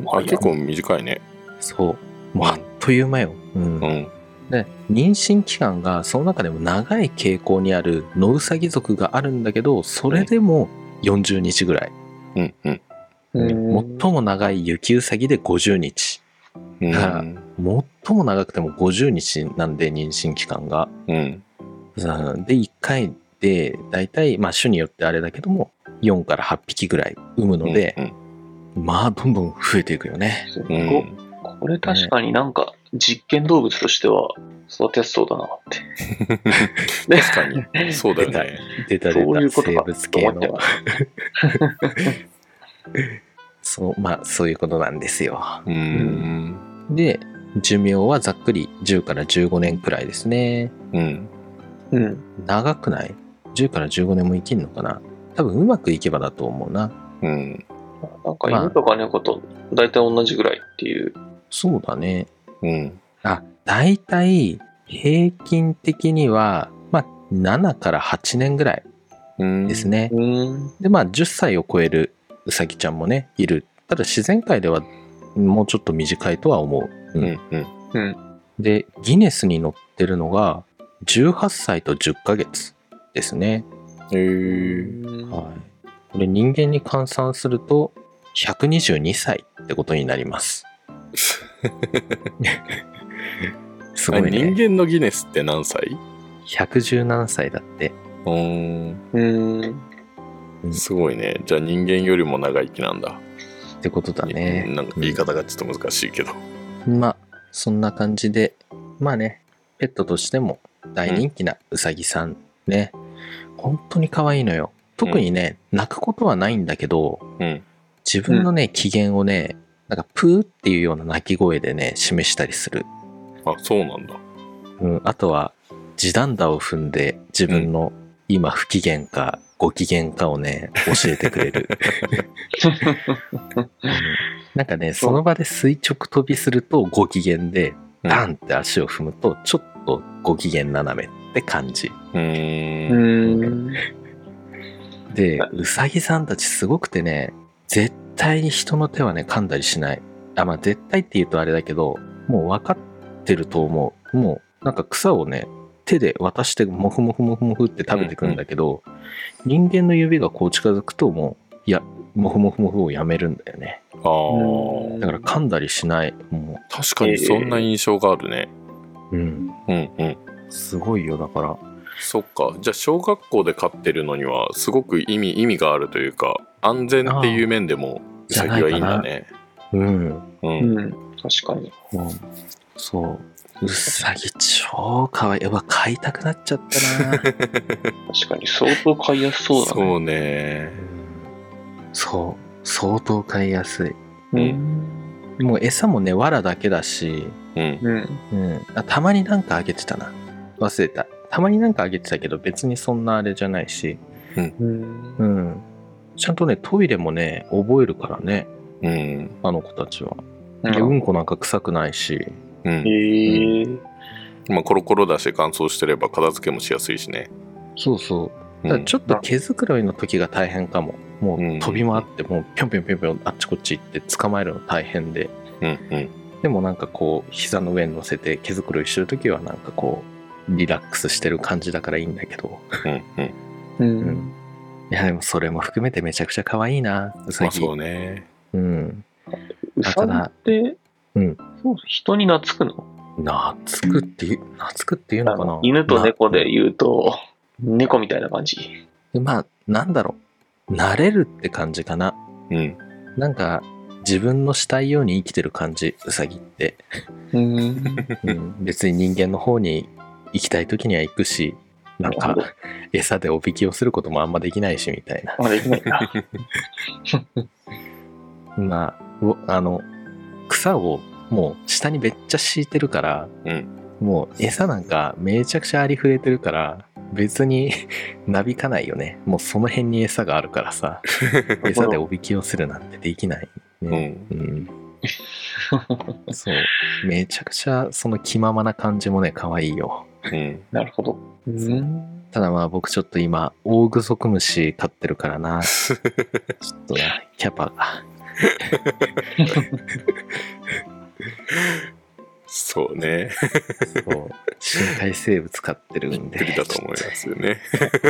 あ、結構短いね。 そう。もうあっという間よ。うん。うん、で、妊娠期間がその中でも長い傾向にあるノウサギ属があるんだけど、それでもよんじゅうにちぐらい。 うんうん。 最も長い雪うさぎでごじゅうにち。だから、最も長くてもごじゅうにちなんで、妊娠期間が。 うん。 で、いっかいで、だいたい、まあ種によってあれだけども、よんからはっぴきぐらい産むので、うんうん、まあどんどん増えていくよね。 うん、これ確かになんか実験動物としては育てやすそうだなって。 確かに。そうだよね。 出た出た、そういうことか生物系の。そう、まあそういうことなんですよ。 うーん。 で、寿命はざっくりじゅうからじゅうごねんくらいですね。 うん。 うん。長くない ?じゅう からじゅうごねんも生きんのかな。多分うまくいけばだと思うな。 うん。 なんか犬とか猫と大体同じぐらいっていう。 まあ、そうだね。 うん。 あ、大体平均的には、まあななからはちねんぐらいですね。 うんで、まあじゅっさいを超えるうさぎちゃんもね、いる。ただ自然界ではもうちょっと短いとは思う。 うん。うん。 うん。 で、ギネスに載ってるのがじゅうはっさいとじゅっかげつですね。 へー。 はい。これ人間に換算するとひゃくにじゅうにさいってことになります。すごいね。 人間のギネスって何歳？ ひゃくじゅうなんさいだって。 うーん。 うーん。 すごいね。じゃあ人間よりも長生きなんだ。 ってことだね。 なんか言い方がちょっと難しいけど。 まあそんな感じで、まあね、ペットとしても大人気なうさぎさんね、本当に可愛いのよ。特にね、うん、泣くことはないんだけど、 うん、 自分のね、機嫌をね、なんかプーっていうような鳴き声でね示したりする。 あ、そうなんだ。 うん、あとは地団打を踏んで自分の今不機嫌かご機嫌かをね教えてくれる、うん、なんかねその場で垂直跳びするとご機嫌で、ダンって足を踏むとちょっとご機嫌斜めって感じ。 うーん。 でうさぎさんたちすごくてね、絶対に人の手はね噛んだりしない。あ、まあ絶対って言うとあれだけど、もう分かってると思う。もうなんか草をね手で渡してモフモフモフモフって食べてくるんだけど、うんうん、人間の指がこう近づくともういやモフモフモフをやめるんだよね。 ああ。 だから噛んだりしない。もう確かにそんな印象があるね。 えー、うんうんうん。 すごいよ。だからそっか。じゃあ小学校で飼ってるのにはすごく意味意味があるというか、安全っていう面でもウサギはいいんだね。 うんうん、うん、確かに。 うん、そう。うさぎ超かわいい。やっぱ飼いたくなっちゃったな。確かに相当飼いやすそうだね。 そうね。 そう。相当飼いやすい。 うん。 もう餌もね、藁だけだし、 うん。 うん。あ、たまになんかあげてたな。忘れた。たまになんかあげてたけど、別にそんなあれじゃないし。 うん。 うん。ちゃんとね、トイレもね、覚えるからね。 うん。 あの子たちは。で、うんこなんか臭くないし。 うん、 へー、 うん、まあコロコロだし乾燥してれば片付けもしやすいしね。 そうそう。だからちょっと毛づくろいの時が大変かも。もう飛び回ってもうぴょんぴょんぴょんぴょんあっちこっち行って捕まえるの大変で。 うんうん。 でもなんかこう膝の上に乗せて毛づくろいしてる時はなんかこうリラックスしてる感じだからいいんだけど。 うんうん。うん。 いやでもそれも含めてめちゃくちゃ可愛いな、うさぎ。 まあそうね。 うん。 うさぎって、 うん、 そう人に懐くの？ 懐くっていう懐くっていうのかな。 犬と猫で言うと猫みたいな感じ。 まあなんだろう、慣れるって感じかな。 うん。 なんか自分のしたいように生きてる感じ、うさぎって。 うん、 うん、別に人間の方に行きたい時には行くし、なんか餌でおびきをすることもあんまできないしみたいな。 あ、できないな。 まああの草をもう下にめっちゃ敷いてるから、 うん、 もう餌なんかめちゃくちゃありふれてるから別になびかないよね。もうその辺に餌があるからさ、餌でおびきをするなんてできないね。うん、うん、そうめちゃくちゃその気ままな感じもね可愛いよ。 うん、 なるほど。うん、 ただまあ僕ちょっと今オオグソクムシ飼ってるからな。ちょっとねキャパが。 そうね。 そう深海生物飼ってるんで。 びっくりだと思いますよね。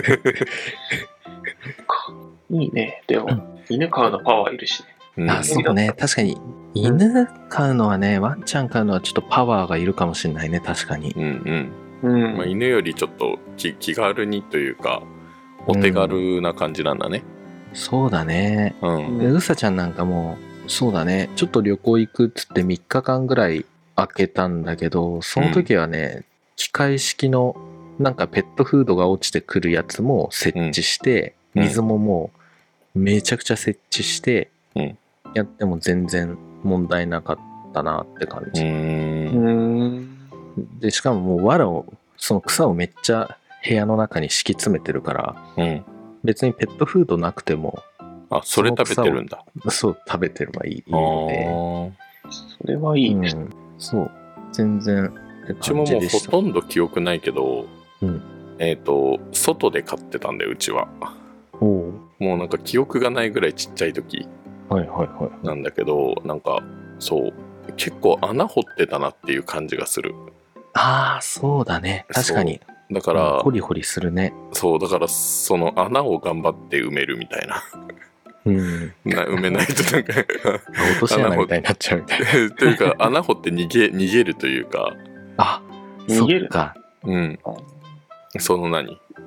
いいね。でも、うん、犬飼うのパワーいるしね。 うん、あ、そうね。確かに犬飼うのはね、ワンちゃん飼うのはちょっとパワーがいるかもしれないね。確かに。 うんうん。うん、まあ、犬よりちょっと 気, 気軽にというかお手軽な感じなんだね。 うん、そうだね。 うん。 でうさちゃんなんかもそうだね。ちょっと旅行行くっつってみっかかんぐらい開けたんだけど、その時はね、うん、機械式のなんかペットフードが落ちてくるやつも設置して、うん、水ももうめちゃくちゃ設置して、 うん、 やっても全然問題なかったなって感じ。 うーんでしかももう藁をその草をめっちゃ部屋の中に敷き詰めてるから、 うん、 別にペットフードなくても、 あ、それ食べてるんだ。 そう食べてればいいので、それはいいね。 うん、そう全然うちももうほとんど記憶ないけど、 うん、 えっと外で飼ってたんでうちは。 おうもうなんか記憶がないぐらいちっちゃい時はいはいはいなんだけど、なんかそう結構穴掘ってたなっていう感じがする。 ああそうだね、確かに。 だから、うん、 ホリホリするね。 そうだからその穴を頑張って埋めるみたいな。 うん、 な埋めないとなんか落とし穴みたいになっちゃうみたいなというか穴掘って逃げ逃げるというか、 あ逃げるか、 うん、その何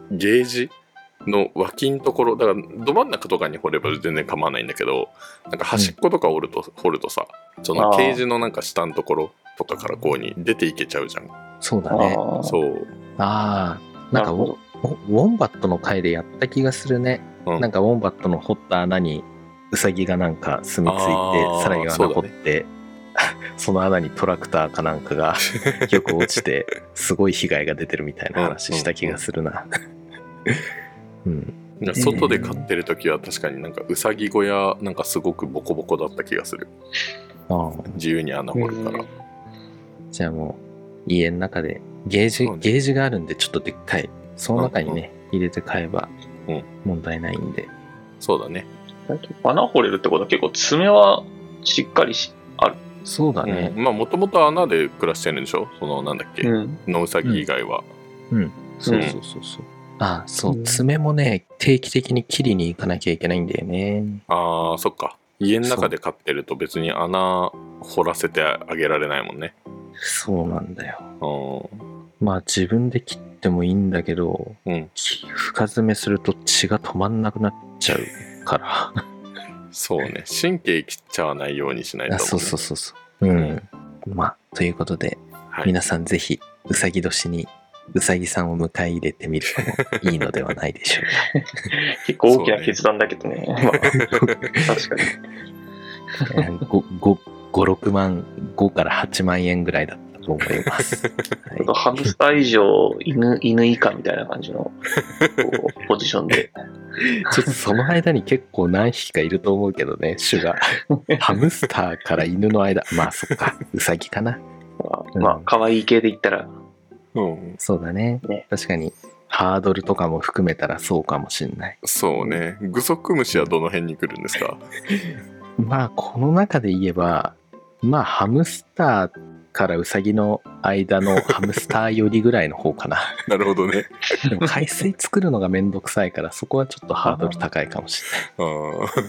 ゲージの脇のところだからど真ん中とかに掘れば全然構わないんだけど、なんか端っことか掘ると、うん、掘るとさ、そのケージのなんか下のところとかからこうに出ていけちゃうじゃん。 そうだね。 そう。 ああ、なんかウォンバットの回でやった気がするね。うん、なんかウォンバットの掘った穴にウサギがなんか住み着いて、さらに穴掘って、そ, その穴にトラクターかなんかがよく落ちてすごい被害が出てるみたいな話した気がするな。うん。 うん、外で飼ってる時は確かになんかウサギ小屋なんかすごくボコボコだった気がする。ああ、自由に穴掘るから。 じゃあもう家の中でゲージ、ね、ゲージがあるんでちょっとでっかいその中にね、うん、入れて飼えば問題ないんで、うん、 そうだね。 穴掘れるってことは結構爪はしっかりしある。 そうだね、 うん、まあもともと穴で暮らしてるんでしょ、そのなんだっけ、うん、野ウサギ以外は。 うん、うん、そうそうそうそう。ああ、そう、爪もね定期的に切りに行かなきゃいけないんだよね。 ああ、そっか。家の中で飼ってると別に穴掘らせてあげられないもんね。 そうなんだよ。まあ自分で切ってもいいんだけど、うん、深爪すると血が止まんなくなっちゃうからそうね、神経切っちゃわないようにしないと、ね、 そうそうそうそう、うん、うん、まあということで、はい、皆さんぜひうさぎ年にうさぎさんを迎え入れてみるのもいいのではないでしょうか結構大きな決断だけどね、まあ、確かにご、ろくまん、ごからはちまん円ぐらいだったと思います。はい、 ハムスター以上、犬、犬以下みたいな感じのポジションで。 ちょっとその間に結構何匹かいると思うけどね、種が。ハムスターから犬の間、まあそっか、ウサギかな。 まあ、まあ、可愛い系で言ったら。 うん、そうだ ね, ね。確かに、ハードルとかも含めたらそうかもしれない。 そうね。グソクムシはどの辺に来るんですか？ まあこの中で言えばまあハムスターからウサギの間のハムスター寄りぐらいの方かな。 なるほどね。 でも海水作るのがめんどくさいからそこはちょっとハードル高いかもしれない。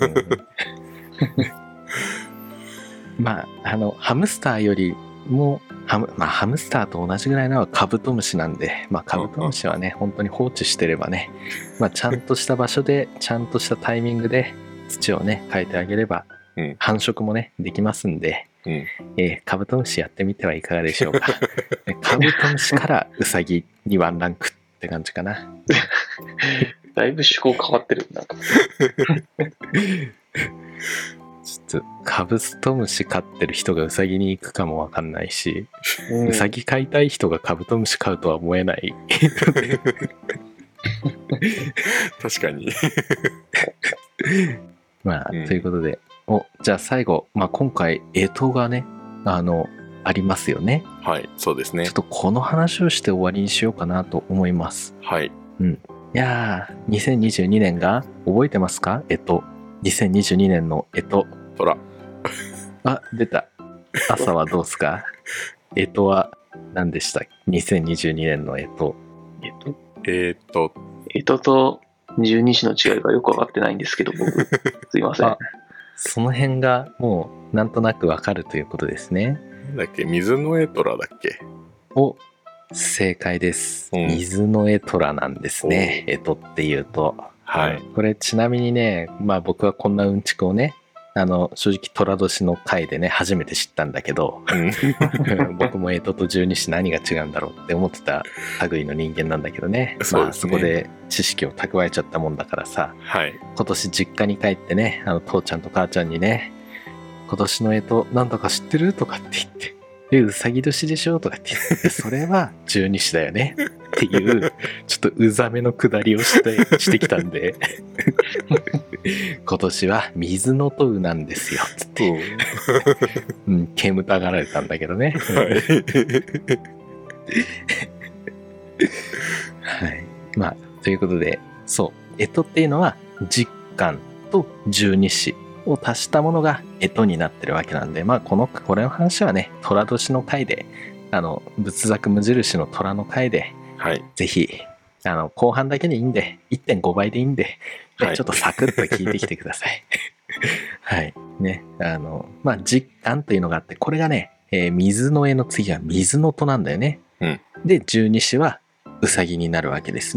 うん、まああのハムスターよりもハム、まあ、ハムスターと同じぐらいのはカブトムシなんで、まあ、カブトムシはね本当に放置してればね、まあ、ちゃんとした場所でちゃんとしたタイミングで土をね変えてあげればうん、繁殖もねできますんで、うん、えー、カブトムシやってみてはいかがでしょうか。カブトムシからウサギにワンランクって感じかな。 だいぶ趣向変わってる。なんかちょっとカブトムシ飼ってる人がウサギに行くかもわかんないし、うん、ウサギ飼いたい人がカブトムシ飼うとは思えない。 確かに。 まあ、うん、ということで、お、じゃあ最後、まあ、今回干支がねあのありますよね。 はい、そうですね。 ちょっとこの話をして終わりにしようかなと思います。 はい。 うん。いやー、にせんにじゅうにねんが覚えてますか？干支。にせんにじゅうにねんの干支。 ほら。 あ、出た。朝はどうすか？干支は何でした？にせんにじゅうにねんの干支。 干支。 えー、っと。 干支と十二支の違いがよく分かってないんですけど、僕。すいません。 その辺がもうなんとなくわかるということですね。 なんだっけ、水のエトラだっけ？ お、正解です。うん、水のエトラなんですね。干支っていうと。 はい。 これちなみにね、まあ僕はこんなうんちくをね、あの正直寅年の回でね初めて知ったんだけど、うん、僕も干支と十二支何が違うんだろうって思ってた類の人間なんだけどね。 そうですね。 まあ、そこで知識を蓄えちゃったもんだからさ、 はい、 今年実家に帰ってね、あの父ちゃんと母ちゃんにね、今年の干支なんとか知ってるとかって言って、え、うさぎ年でしょとかって言って、それは十二支だよねっていうちょっとうざめのくだりをしてしてきたんで今年は水のとうなんですよつって、うん、煙たがられたんだけどね。はい、まあということで、そう干支っていうのは実感と十二支を足したものが干支になってるわけなんで、まあこのこれの話はね寅年の回で、あの仏作無印の寅の回で、 はい、 ぜひあの後半だけでいいんで いってんご 倍でいいんで、はい、ちょっとサクッと聞いてきてください。はいね、あのまあ実感というのがあって、これがね、えー、水の絵の次は水のとなんだよね。 うん、 で十二支はうさぎになるわけですね。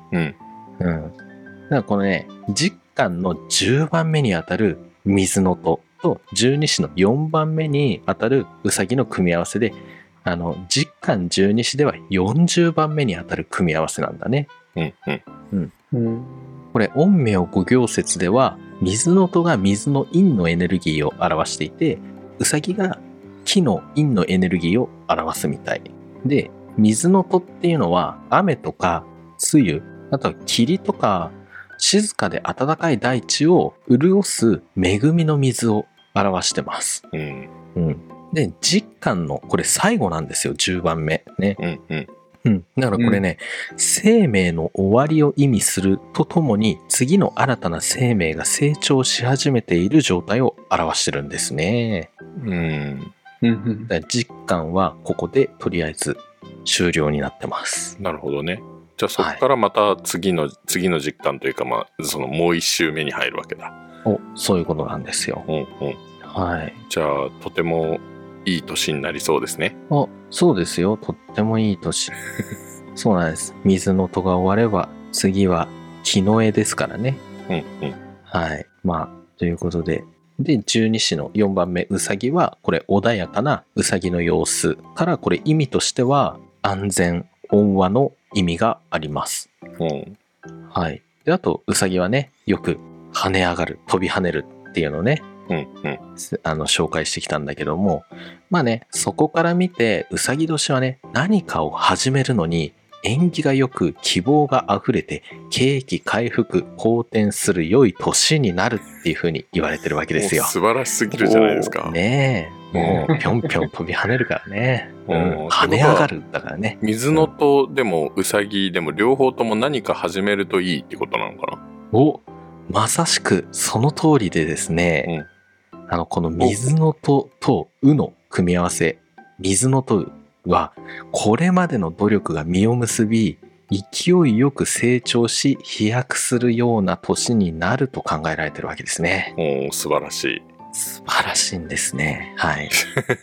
うんうん、だからこのね十巻のじゅうばんめにあたる水の戸と十二支のよんばんめにあたるうさぎの組み合わせで、あの十巻十二支ではよんじゅうばんめにあたる組み合わせなんだね。 うんうんうん。 これ陰陽五行説では水の戸が水の陰のエネルギーを表していて、うさぎが木の陰のエネルギーを表すみたいで、水の戸っていうのは雨とか梅雨、あとは霧とか静かで暖かい大地を潤す恵みの水を表してます。 うんうん、で十巻のこれ最後なんですよ、じゅうばんめね。 うんうんうん、だからこれね、うん、生命の終わりを意味するとともに次の新たな生命が成長し始めている状態を表してるんですね。 うんだから実感はここでとりあえず終了になってます。 なるほどね。じゃあそこからまた次の、はい、次の実感というか、まあ、そのもう一周目に入るわけだ。 お、そういうことなんですよ。 うんうん。 はい。 じゃあとてもいい年になりそうですね。 あ、そうですよ。とってもいい年。そうなんです。水の戸が終われば次は木の絵ですからね。 うんうん。 はい。まあということで、で十二支のよんばんめうさぎはこれ穏やかなうさぎの様子からこれ意味としては安全温和の意味があります。 うん。 はい。であとうさぎはねよく跳ね上がる飛び跳ねるっていうのをね。 うんうん、 あの紹介してきたんだけども、まあねそこから見てうさぎ年はね何かを始めるのに縁起がよく希望があふれて景気回復好転する良い年になるっていう風に言われてるわけですよ。 素晴らしすぎるじゃないですか。 ねえ、もうぴょんぴょん飛び跳ねるからね、うん、跳ね上がるだからね。 水の戸でもうさぎでも両方とも何か始めるといいってことなのかな。 お、まさしくその通りでですね、うん、あのこの水の戸とうの組み合わせ、水の戸はこれまでの努力が実を結び勢いよく成長し飛躍するような年になると考えられてるわけですね。 おー、素晴らしい。 素晴らしいんですね。はい。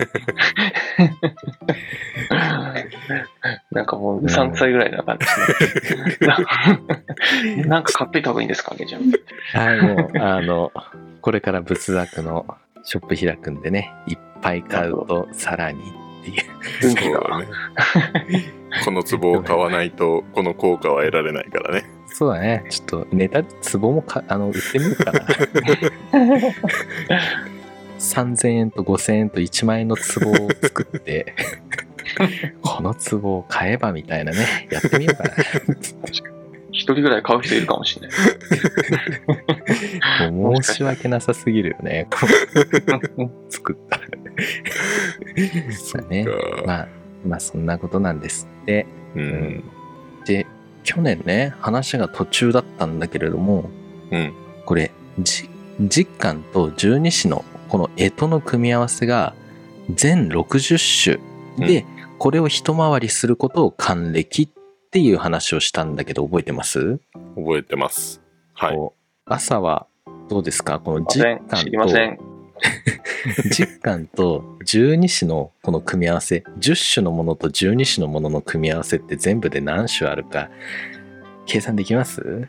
なんかもうさんさいぐらいな感じですね。なんか買っといた方がいいんですかね、じゃあ。はい、もうあのこれから仏作のショップ開くんでね、いっぱい買うとさらにっていう。 そうだね。この壺を買わないとこの効果は得られないからね。 そうだね。ちょっとネタ壺もかあの売ってみようかな。さんぜんえんとごせんえんといちまんえんの壺を作ってこの壺を買えばみたいなね、やってみようかな。 一人ぐらい買う人いるかもしれない。もう申し訳なさすぎるよね。作ったら。そうね。まあまあそんなことなんですって。 うんうん、 で去年ね話が途中だったんだけれども、 うん、 これ十巻と十二支のこの干支の組み合わせが全ろくじゅっ種で、うん、これを一回りすることを還暦っていう話をしたんだけど覚えてます？ 覚えてます。はい。 朝はどうですか？この十巻と知りません。 十巻と十二支のこの組み合わせ、じゅっ種のものと十二種のものの組み合わせって全部で何種あるか計算できます？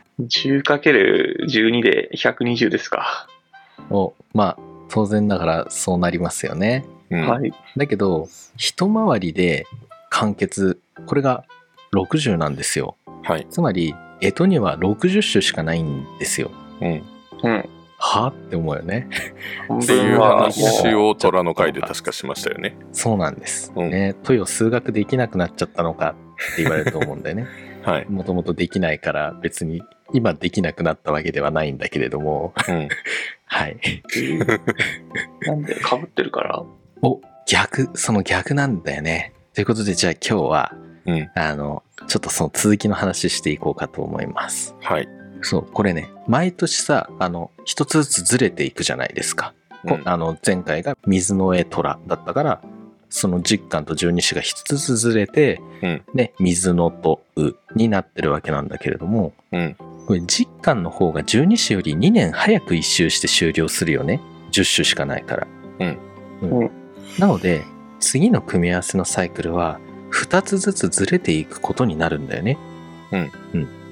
じゅうかけるじゅうに でひゃくにじゅうですか。 お、まあ当然ながらそうなりますよね。 うん、 はい。 だけど一回りで完結、これがろくじゅうなんですよ。 はい。 つまり干支にはろくじゅっ種しかないんですよ。 うんうんはって思うよね。 っていう話を虎の会で確かしましたよね。 そうなんです、 うん、 ね。トヨ数学できなくなっちゃったのかって言われると思うんだよね。 はい。 もともとできないから別に今できなくなったわけではないんだけれども、 うん、 はい。 なんで被ってるから？ お、逆、その逆なんだよね。ということでじゃあ今日は、 うん、 あのちょっとその続きの話していこうかと思います。 はい。 そうこれね毎年さあの一つずつずれていくじゃないですか、うん、あの前回が水の絵虎だったからその十巻と十二支が一つずつずれて、 うんね、水のとうになってるわけなんだけれども、 うん、 これ十巻の方が十二支よりにねん早く一周して終了するよね。じゅっ種しかないから、 うんうん、なので次の組み合わせのサイクルはふたつずつずれていくことになるんだよね。 うんうん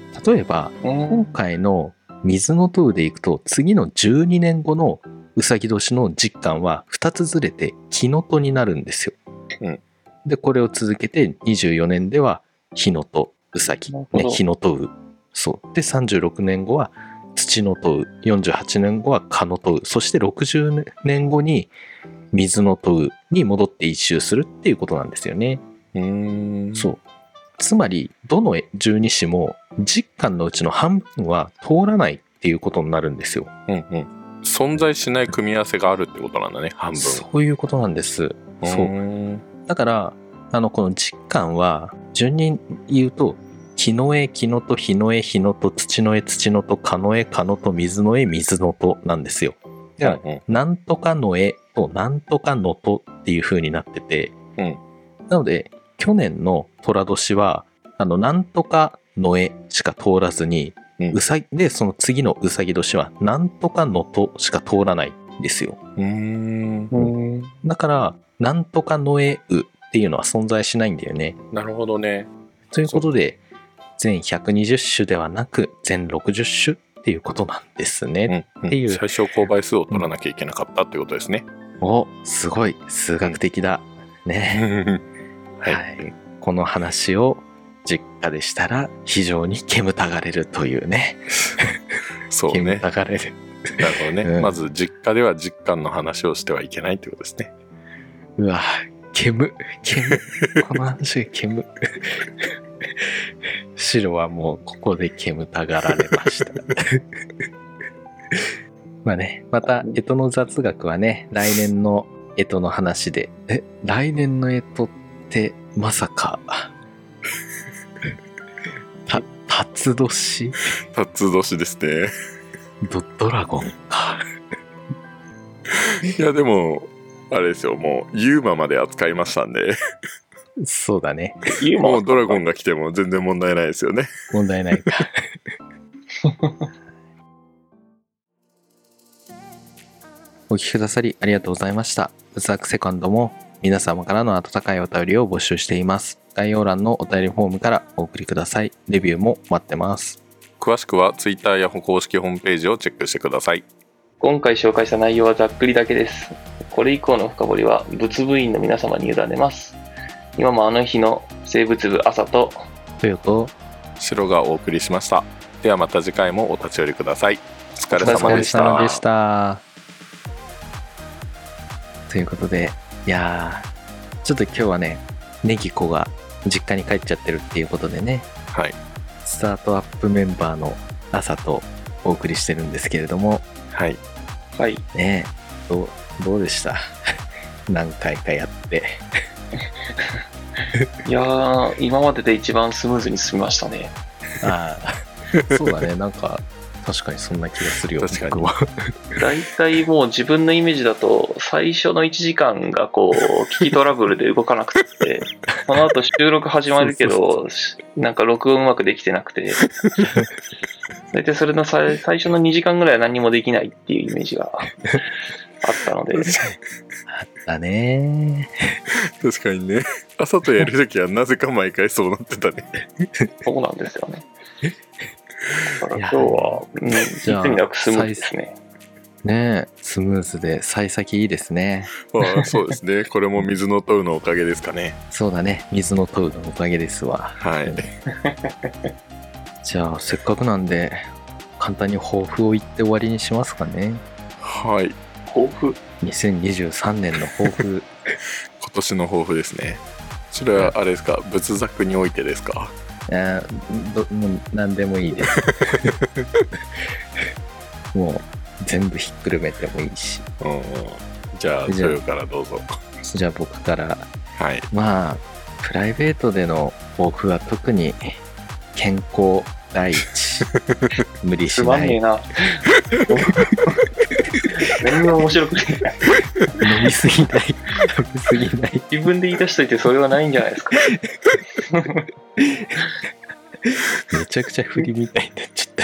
例えば、今回の水の塔でいくと、次のじゅうにねんごのうさぎ年の実感はふたつずれて木の戸になるんですよ。うん、でこれを続けてにじゅうよねんでは火の戸うさぎ、ね、火の戸う。そうでさんじゅうろくねんごは土の戸う、よんじゅうはちねんごは蚊の戸う、そしてろくじゅうねんごに水の戸うに戻って一周するっていうことなんですよね。 うーん、 そうつまりどの十二支も実感のうちの半分は通らないっていうことになるんですよ。 うんうん、存在しない組み合わせがあるってことなんだね、半分。 そういうことなんです。そうだからあのこの実感は順に言うと木の絵木の戸火の絵火の戸土の絵土の戸蚊の絵蚊の戸水の絵水の戸なんですよ。では、うんうん、なんとかの絵となんとかの戸っていう風になってて、うん、なので去年の寅年はあのなんとかの絵しか通らずに、うん、うさぎでその次のうさぎ年はなんとかの戸しか通らないんですよ。うーん、うん、だからなんとかの絵うっていうのは存在しないんだよね。 なるほどね。 ということで全ひゃくにじゅっ種ではなく全ろくじゅっ種っていうことなんですね、うんうん、っていう最小公倍数を取らなきゃいけなかったっていうことですね、 うん、おすごい数学的だ、うん、ねはい、はい、この話を実家でしたら非常に煙たがれるというねそうね、 煙たがれるなるほどね、うん、まず実家では実感の話をしてはいけないということですね。 うわ煙煙この話が煙白はもうここで煙たがられましたまあね、また干支の雑学はね来年の干支の話で、え来年の干支ってまさかた辰年辰年ですね。 ドドラゴンかいやでもあれですよ、もうユーマまで扱いましたんでそうだね。 もうドラゴンが来ても全然問題ないですよね。 問題ないかお聞きくださりありがとうございました。仏作セカンドも皆様からの温かいお便りを募集しています。概要欄のお便りフォームからお送りください。レビューも待ってます。 詳しくは Twitter や公式ホームページをチェックしてください。 今回紹介した内容はざっくりだけです。これ以降の深掘りは仏部員の皆様に委ねます。今もあの日の生物部朝と豊と白がお送りしました。ではまた次回もお立ち寄りください。お疲れ様でした。 お疲れ様でした。ということで、いやーちょっと今日はねネギ子が実家に帰っちゃってるっていうことでね、 はい、 スタートアップメンバーの朝とお送りしてるんですけれども、 はいはいねえ、どうどうでした何回かやっていやー今までで一番スムーズに進みましたね。 ああそうだね、なんか確かにそんな気がするよ。 確かにだいたいもう自分のイメージだと最初のいちじかんがこう機器トラブルで動かなくてその後収録始まるけどそうそうそうなんか録音うまくできてなくてだいたいそれの最初のにじかんぐらいは何もできないっていうイメージがあったのであったね。 確かにね、朝とやるときはなぜか毎回そうなってたねそうなんですよね。だから今日は、うん、実になくスムーズですね。 ねえ、スムーズで幸先いいですね。 ああそうですね、これも水の戸のおかげですかね。 そうだね、水の戸のおかげですわ。 はいじゃあせっかくなんで簡単に抱負を言って終わりにしますかね。 はい。 抱負にせんにじゅうさんねんの抱負今年の抱負ですね。それはあれですか、仏作においてですか。 あどもう何でもいいですもう全部ひっくるめてもいいし、 うんうん、じゃあ豊からどうぞ。 じゃあ僕から、 はい、まあプライベートでの抱負は特に健康第一無理しない。つまんねえな全然面白くない飲みすぎない飲みすぎない自分で言い出しといてそれはないんじゃないですかめちゃくちゃ振りみたいになっちゃ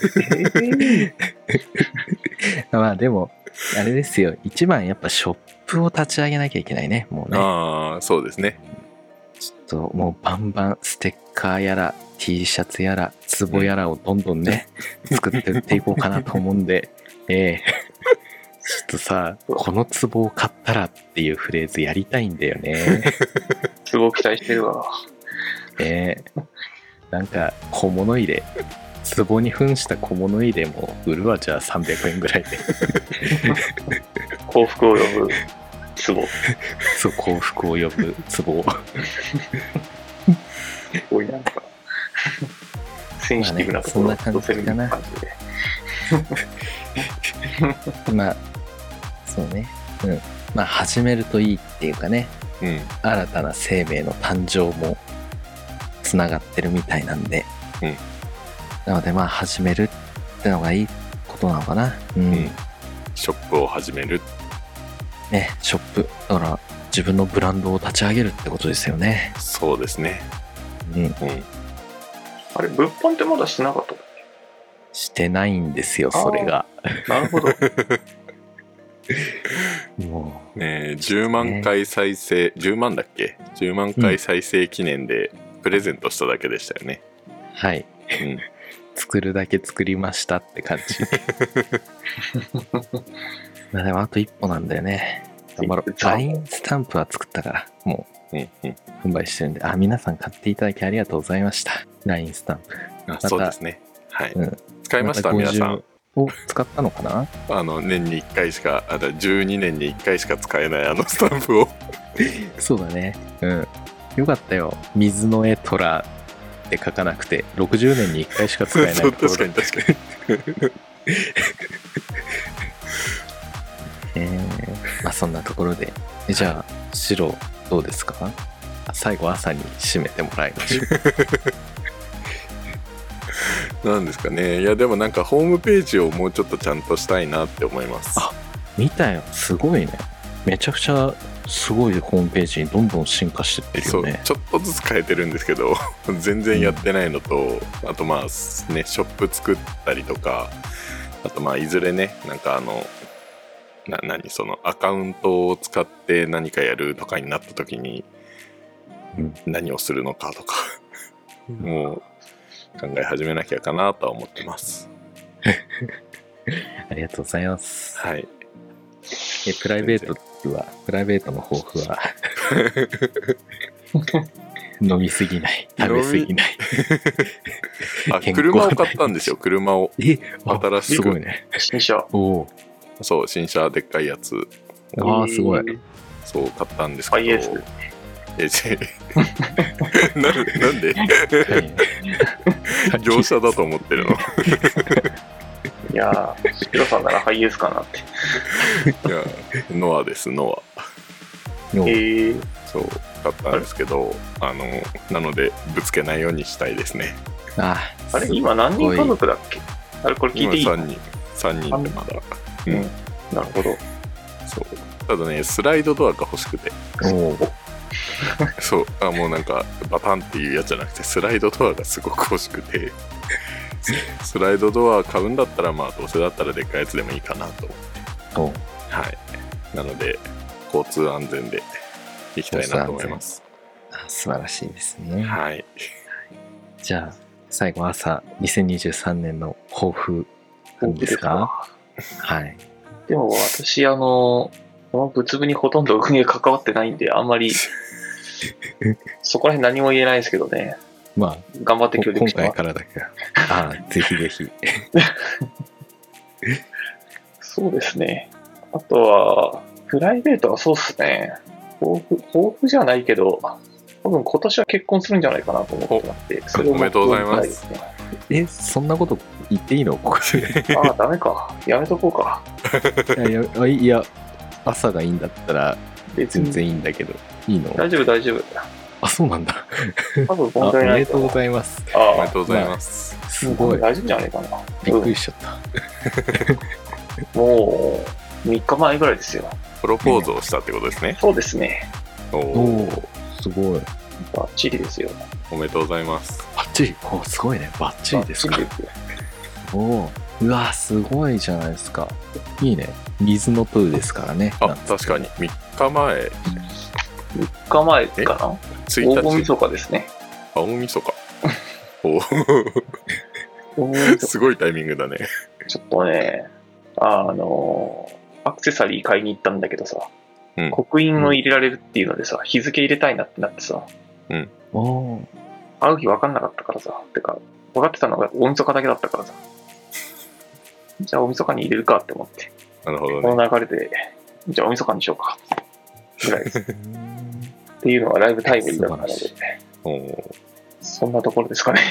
ったまあでもあれですよ、一番やっぱショップを立ち上げなきゃいけないね。もうね、 ああそうですね。 ちょっともうバンバンステッカーやら T T シャツやら壺やらをどんどんね、作って売っていこうかなと思うんで、ええちょっとさ、この壺を買ったらっていうフレーズやりたいんだよね。 壺期待してるわ。 ええなんか小物入れ、壺に扮した小物入れも売るわ、じゃあさんびゃくえんぐらいで。 幸福を呼ぶ壺。 そう、幸福を呼ぶ壺を。 すごいなんか、センシティブなところを乗せる感じで。 まあ、そうね。うん。まあ、始めるといいっていうかね、 うん、 新たな生命の誕生もつながってるみたいなんで、 うん、 なのでまあ、始めるってのがいいことなのかな。うん。うん、 ショップを始める。 ね、ショップ。だから、自分のブランドを立ち上げるってことですよね。 そうですね。 うん。うん、 あれ、物販ってまだしてなかった？ してないんですよ、それが。 なるほど。 もう、ね、じゅうまんかい再生、ね、じゅうまんだっけ ?じゅう 万回再生記念でプレゼントしただけでしたよね。 うん、はい、うん。作るだけ作りましたって感じ。まあでもあと一歩なんだよね。頑張ろう。ライン スタンプは作ったから、もう、うんうん、販売してるんで、あ、皆さん買っていただきありがとうございました。ライン スタンプ。 あ、そうですね。はい。うん、使いました、皆さん。 お、使ったのかな？ あの年にいっかいしか、あ、じゅうにねんにいっかいしか使えないあのスタンプを。 そうだね。うん。よかったよ。水の絵虎って書かなくて、ろくじゅうねんにいっかいしか使えない。 そう、確かに確かに。 えー、まあそんなところで、じゃあ白どうですか？最後朝に締めてもらいましょう。なんですかね。いやでもなんかホームページをもうちょっとちゃんとしたいなって思います。 あ、見たよ。すごいね。めちゃくちゃすごいホームページにどんどん進化してってるよね。 そう、ちょっとずつ変えてるんですけど全然やってないのと、うん、あとまあね、ショップ作ったりとか、あとまあいずれね、なんかあのな何そのアカウントを使って何かやるとかになった時に、うん、何をするのかとかもう考え始めなきゃかなとは思ってます。 ありがとうございます。 はい。 え、プライベートは、プライベートの抱負は飲みすぎない、食べすぎない。 あ、車を買ったんですよ、車を。 え、 新しく。 すごいね。 新車。 おそう、新車でっかいやつ。 ああ、すごい。 そう、買ったんですけど。 アイエス。 え、なんで、なんで業者だと思ってるの。 いやー、シロさんならハイエースかなって。 いや、ノアです、ノア。 えー、 そう、買ったんですけど、あの、なので、ぶつけないようにしたいですね。 ああれ、今何人家族だっけ？あれ、これ聞いていい？ 今さんにん。さんにんってまだ。 うん。なるほど。 そう。ただね、スライドドアが欲しくて。 おそう、あ、もうなんかバタンっていうやつじゃなくてスライドドアがすごく欲しくてスライドドア買うんだったら、まあどうせだったらでっかいやつでもいいかなと思って、はい、なので交通安全で行きたいなと思います。 あ、素晴らしいですね。 はい。 じゃあ最後朝にせんにじゅうさんねんの抱負なんですか？はい。 でも私、あのこの仏部にほとんど運営関わってないんで、あんまりそこら辺何も言えないですけどね。 まあ頑張って協力して今回からだけど、ああ、ぜひぜひ。 そうですね。あとはプライベートはそうですね。抱負、抱負じゃないけど、多分今年は結婚するんじゃないかなと思ってまして、それおめでとうございます。 え、そんなこと言っていいの？ここで。 ああ、ダメか。やめとこうか。 いやいや、いや朝がいいんだったら全然いいんだけど、いいの？ 大丈夫、大丈夫。 あ、そうなんだ。 多分問題ない。 おめでとうございます。 ああ、 おめでとうございます。 まあ、すごい。 大丈夫じゃないかな。 びっくりしちゃった。 うん、もう、みっかまえぐらいですよ。 プロポーズをしたってことですね。 そうですね。 おお、すごい。 バッチリですよ。 おめでとうございます。 バッチリ。お、すごいね。バッチリですか。おお、うわ、すごいじゃないですか。いいね。水のプーですからね。 あ、確かにみっかまえ。 みっかまえかな。 ついたち。 大晦日ですね。 あ、大晦日。 お大すごいタイミングだね。 ちょっとね、あの、アクセサリー買いに行ったんだけどさ、 うん、 刻印を入れられるっていうのでさ、日付入れたいなってなってさ、 うん。 おー会う日分かんなかったからさ、てか、分かってたのが大晦日だけだったからさ、じゃあ大晦日に入れるかって思って、 なるほどね。 この流れで、じゃあ大晦日にしようか、ぐらいです。っていうのがライブタイムリーだったので、 おそんなところですかね。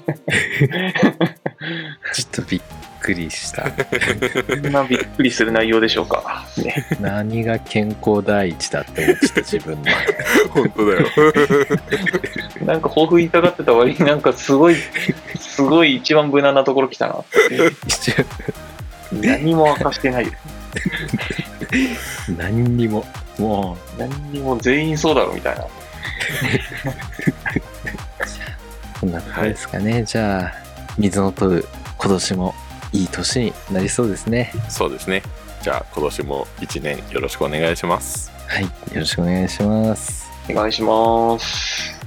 ちょっとびっくりした。 そんなびっくりする内容でしょうか。ね、 何が健康第一だって思ってた自分の。 本当だよ。 なんか抱負言いたがってた割になんかすごい、すごい一番無難なところ来たなって。何も明かしてないです。 何にも、もう。何にも全員そうだろみたいな。 こんなところですかね。はい、じゃあ、水の飛ぶ今年もいい年になりそうですね。 そうですね。じゃあ今年もいちねんよろしくお願いします。 はい、よろしくお願いします。 お願いします。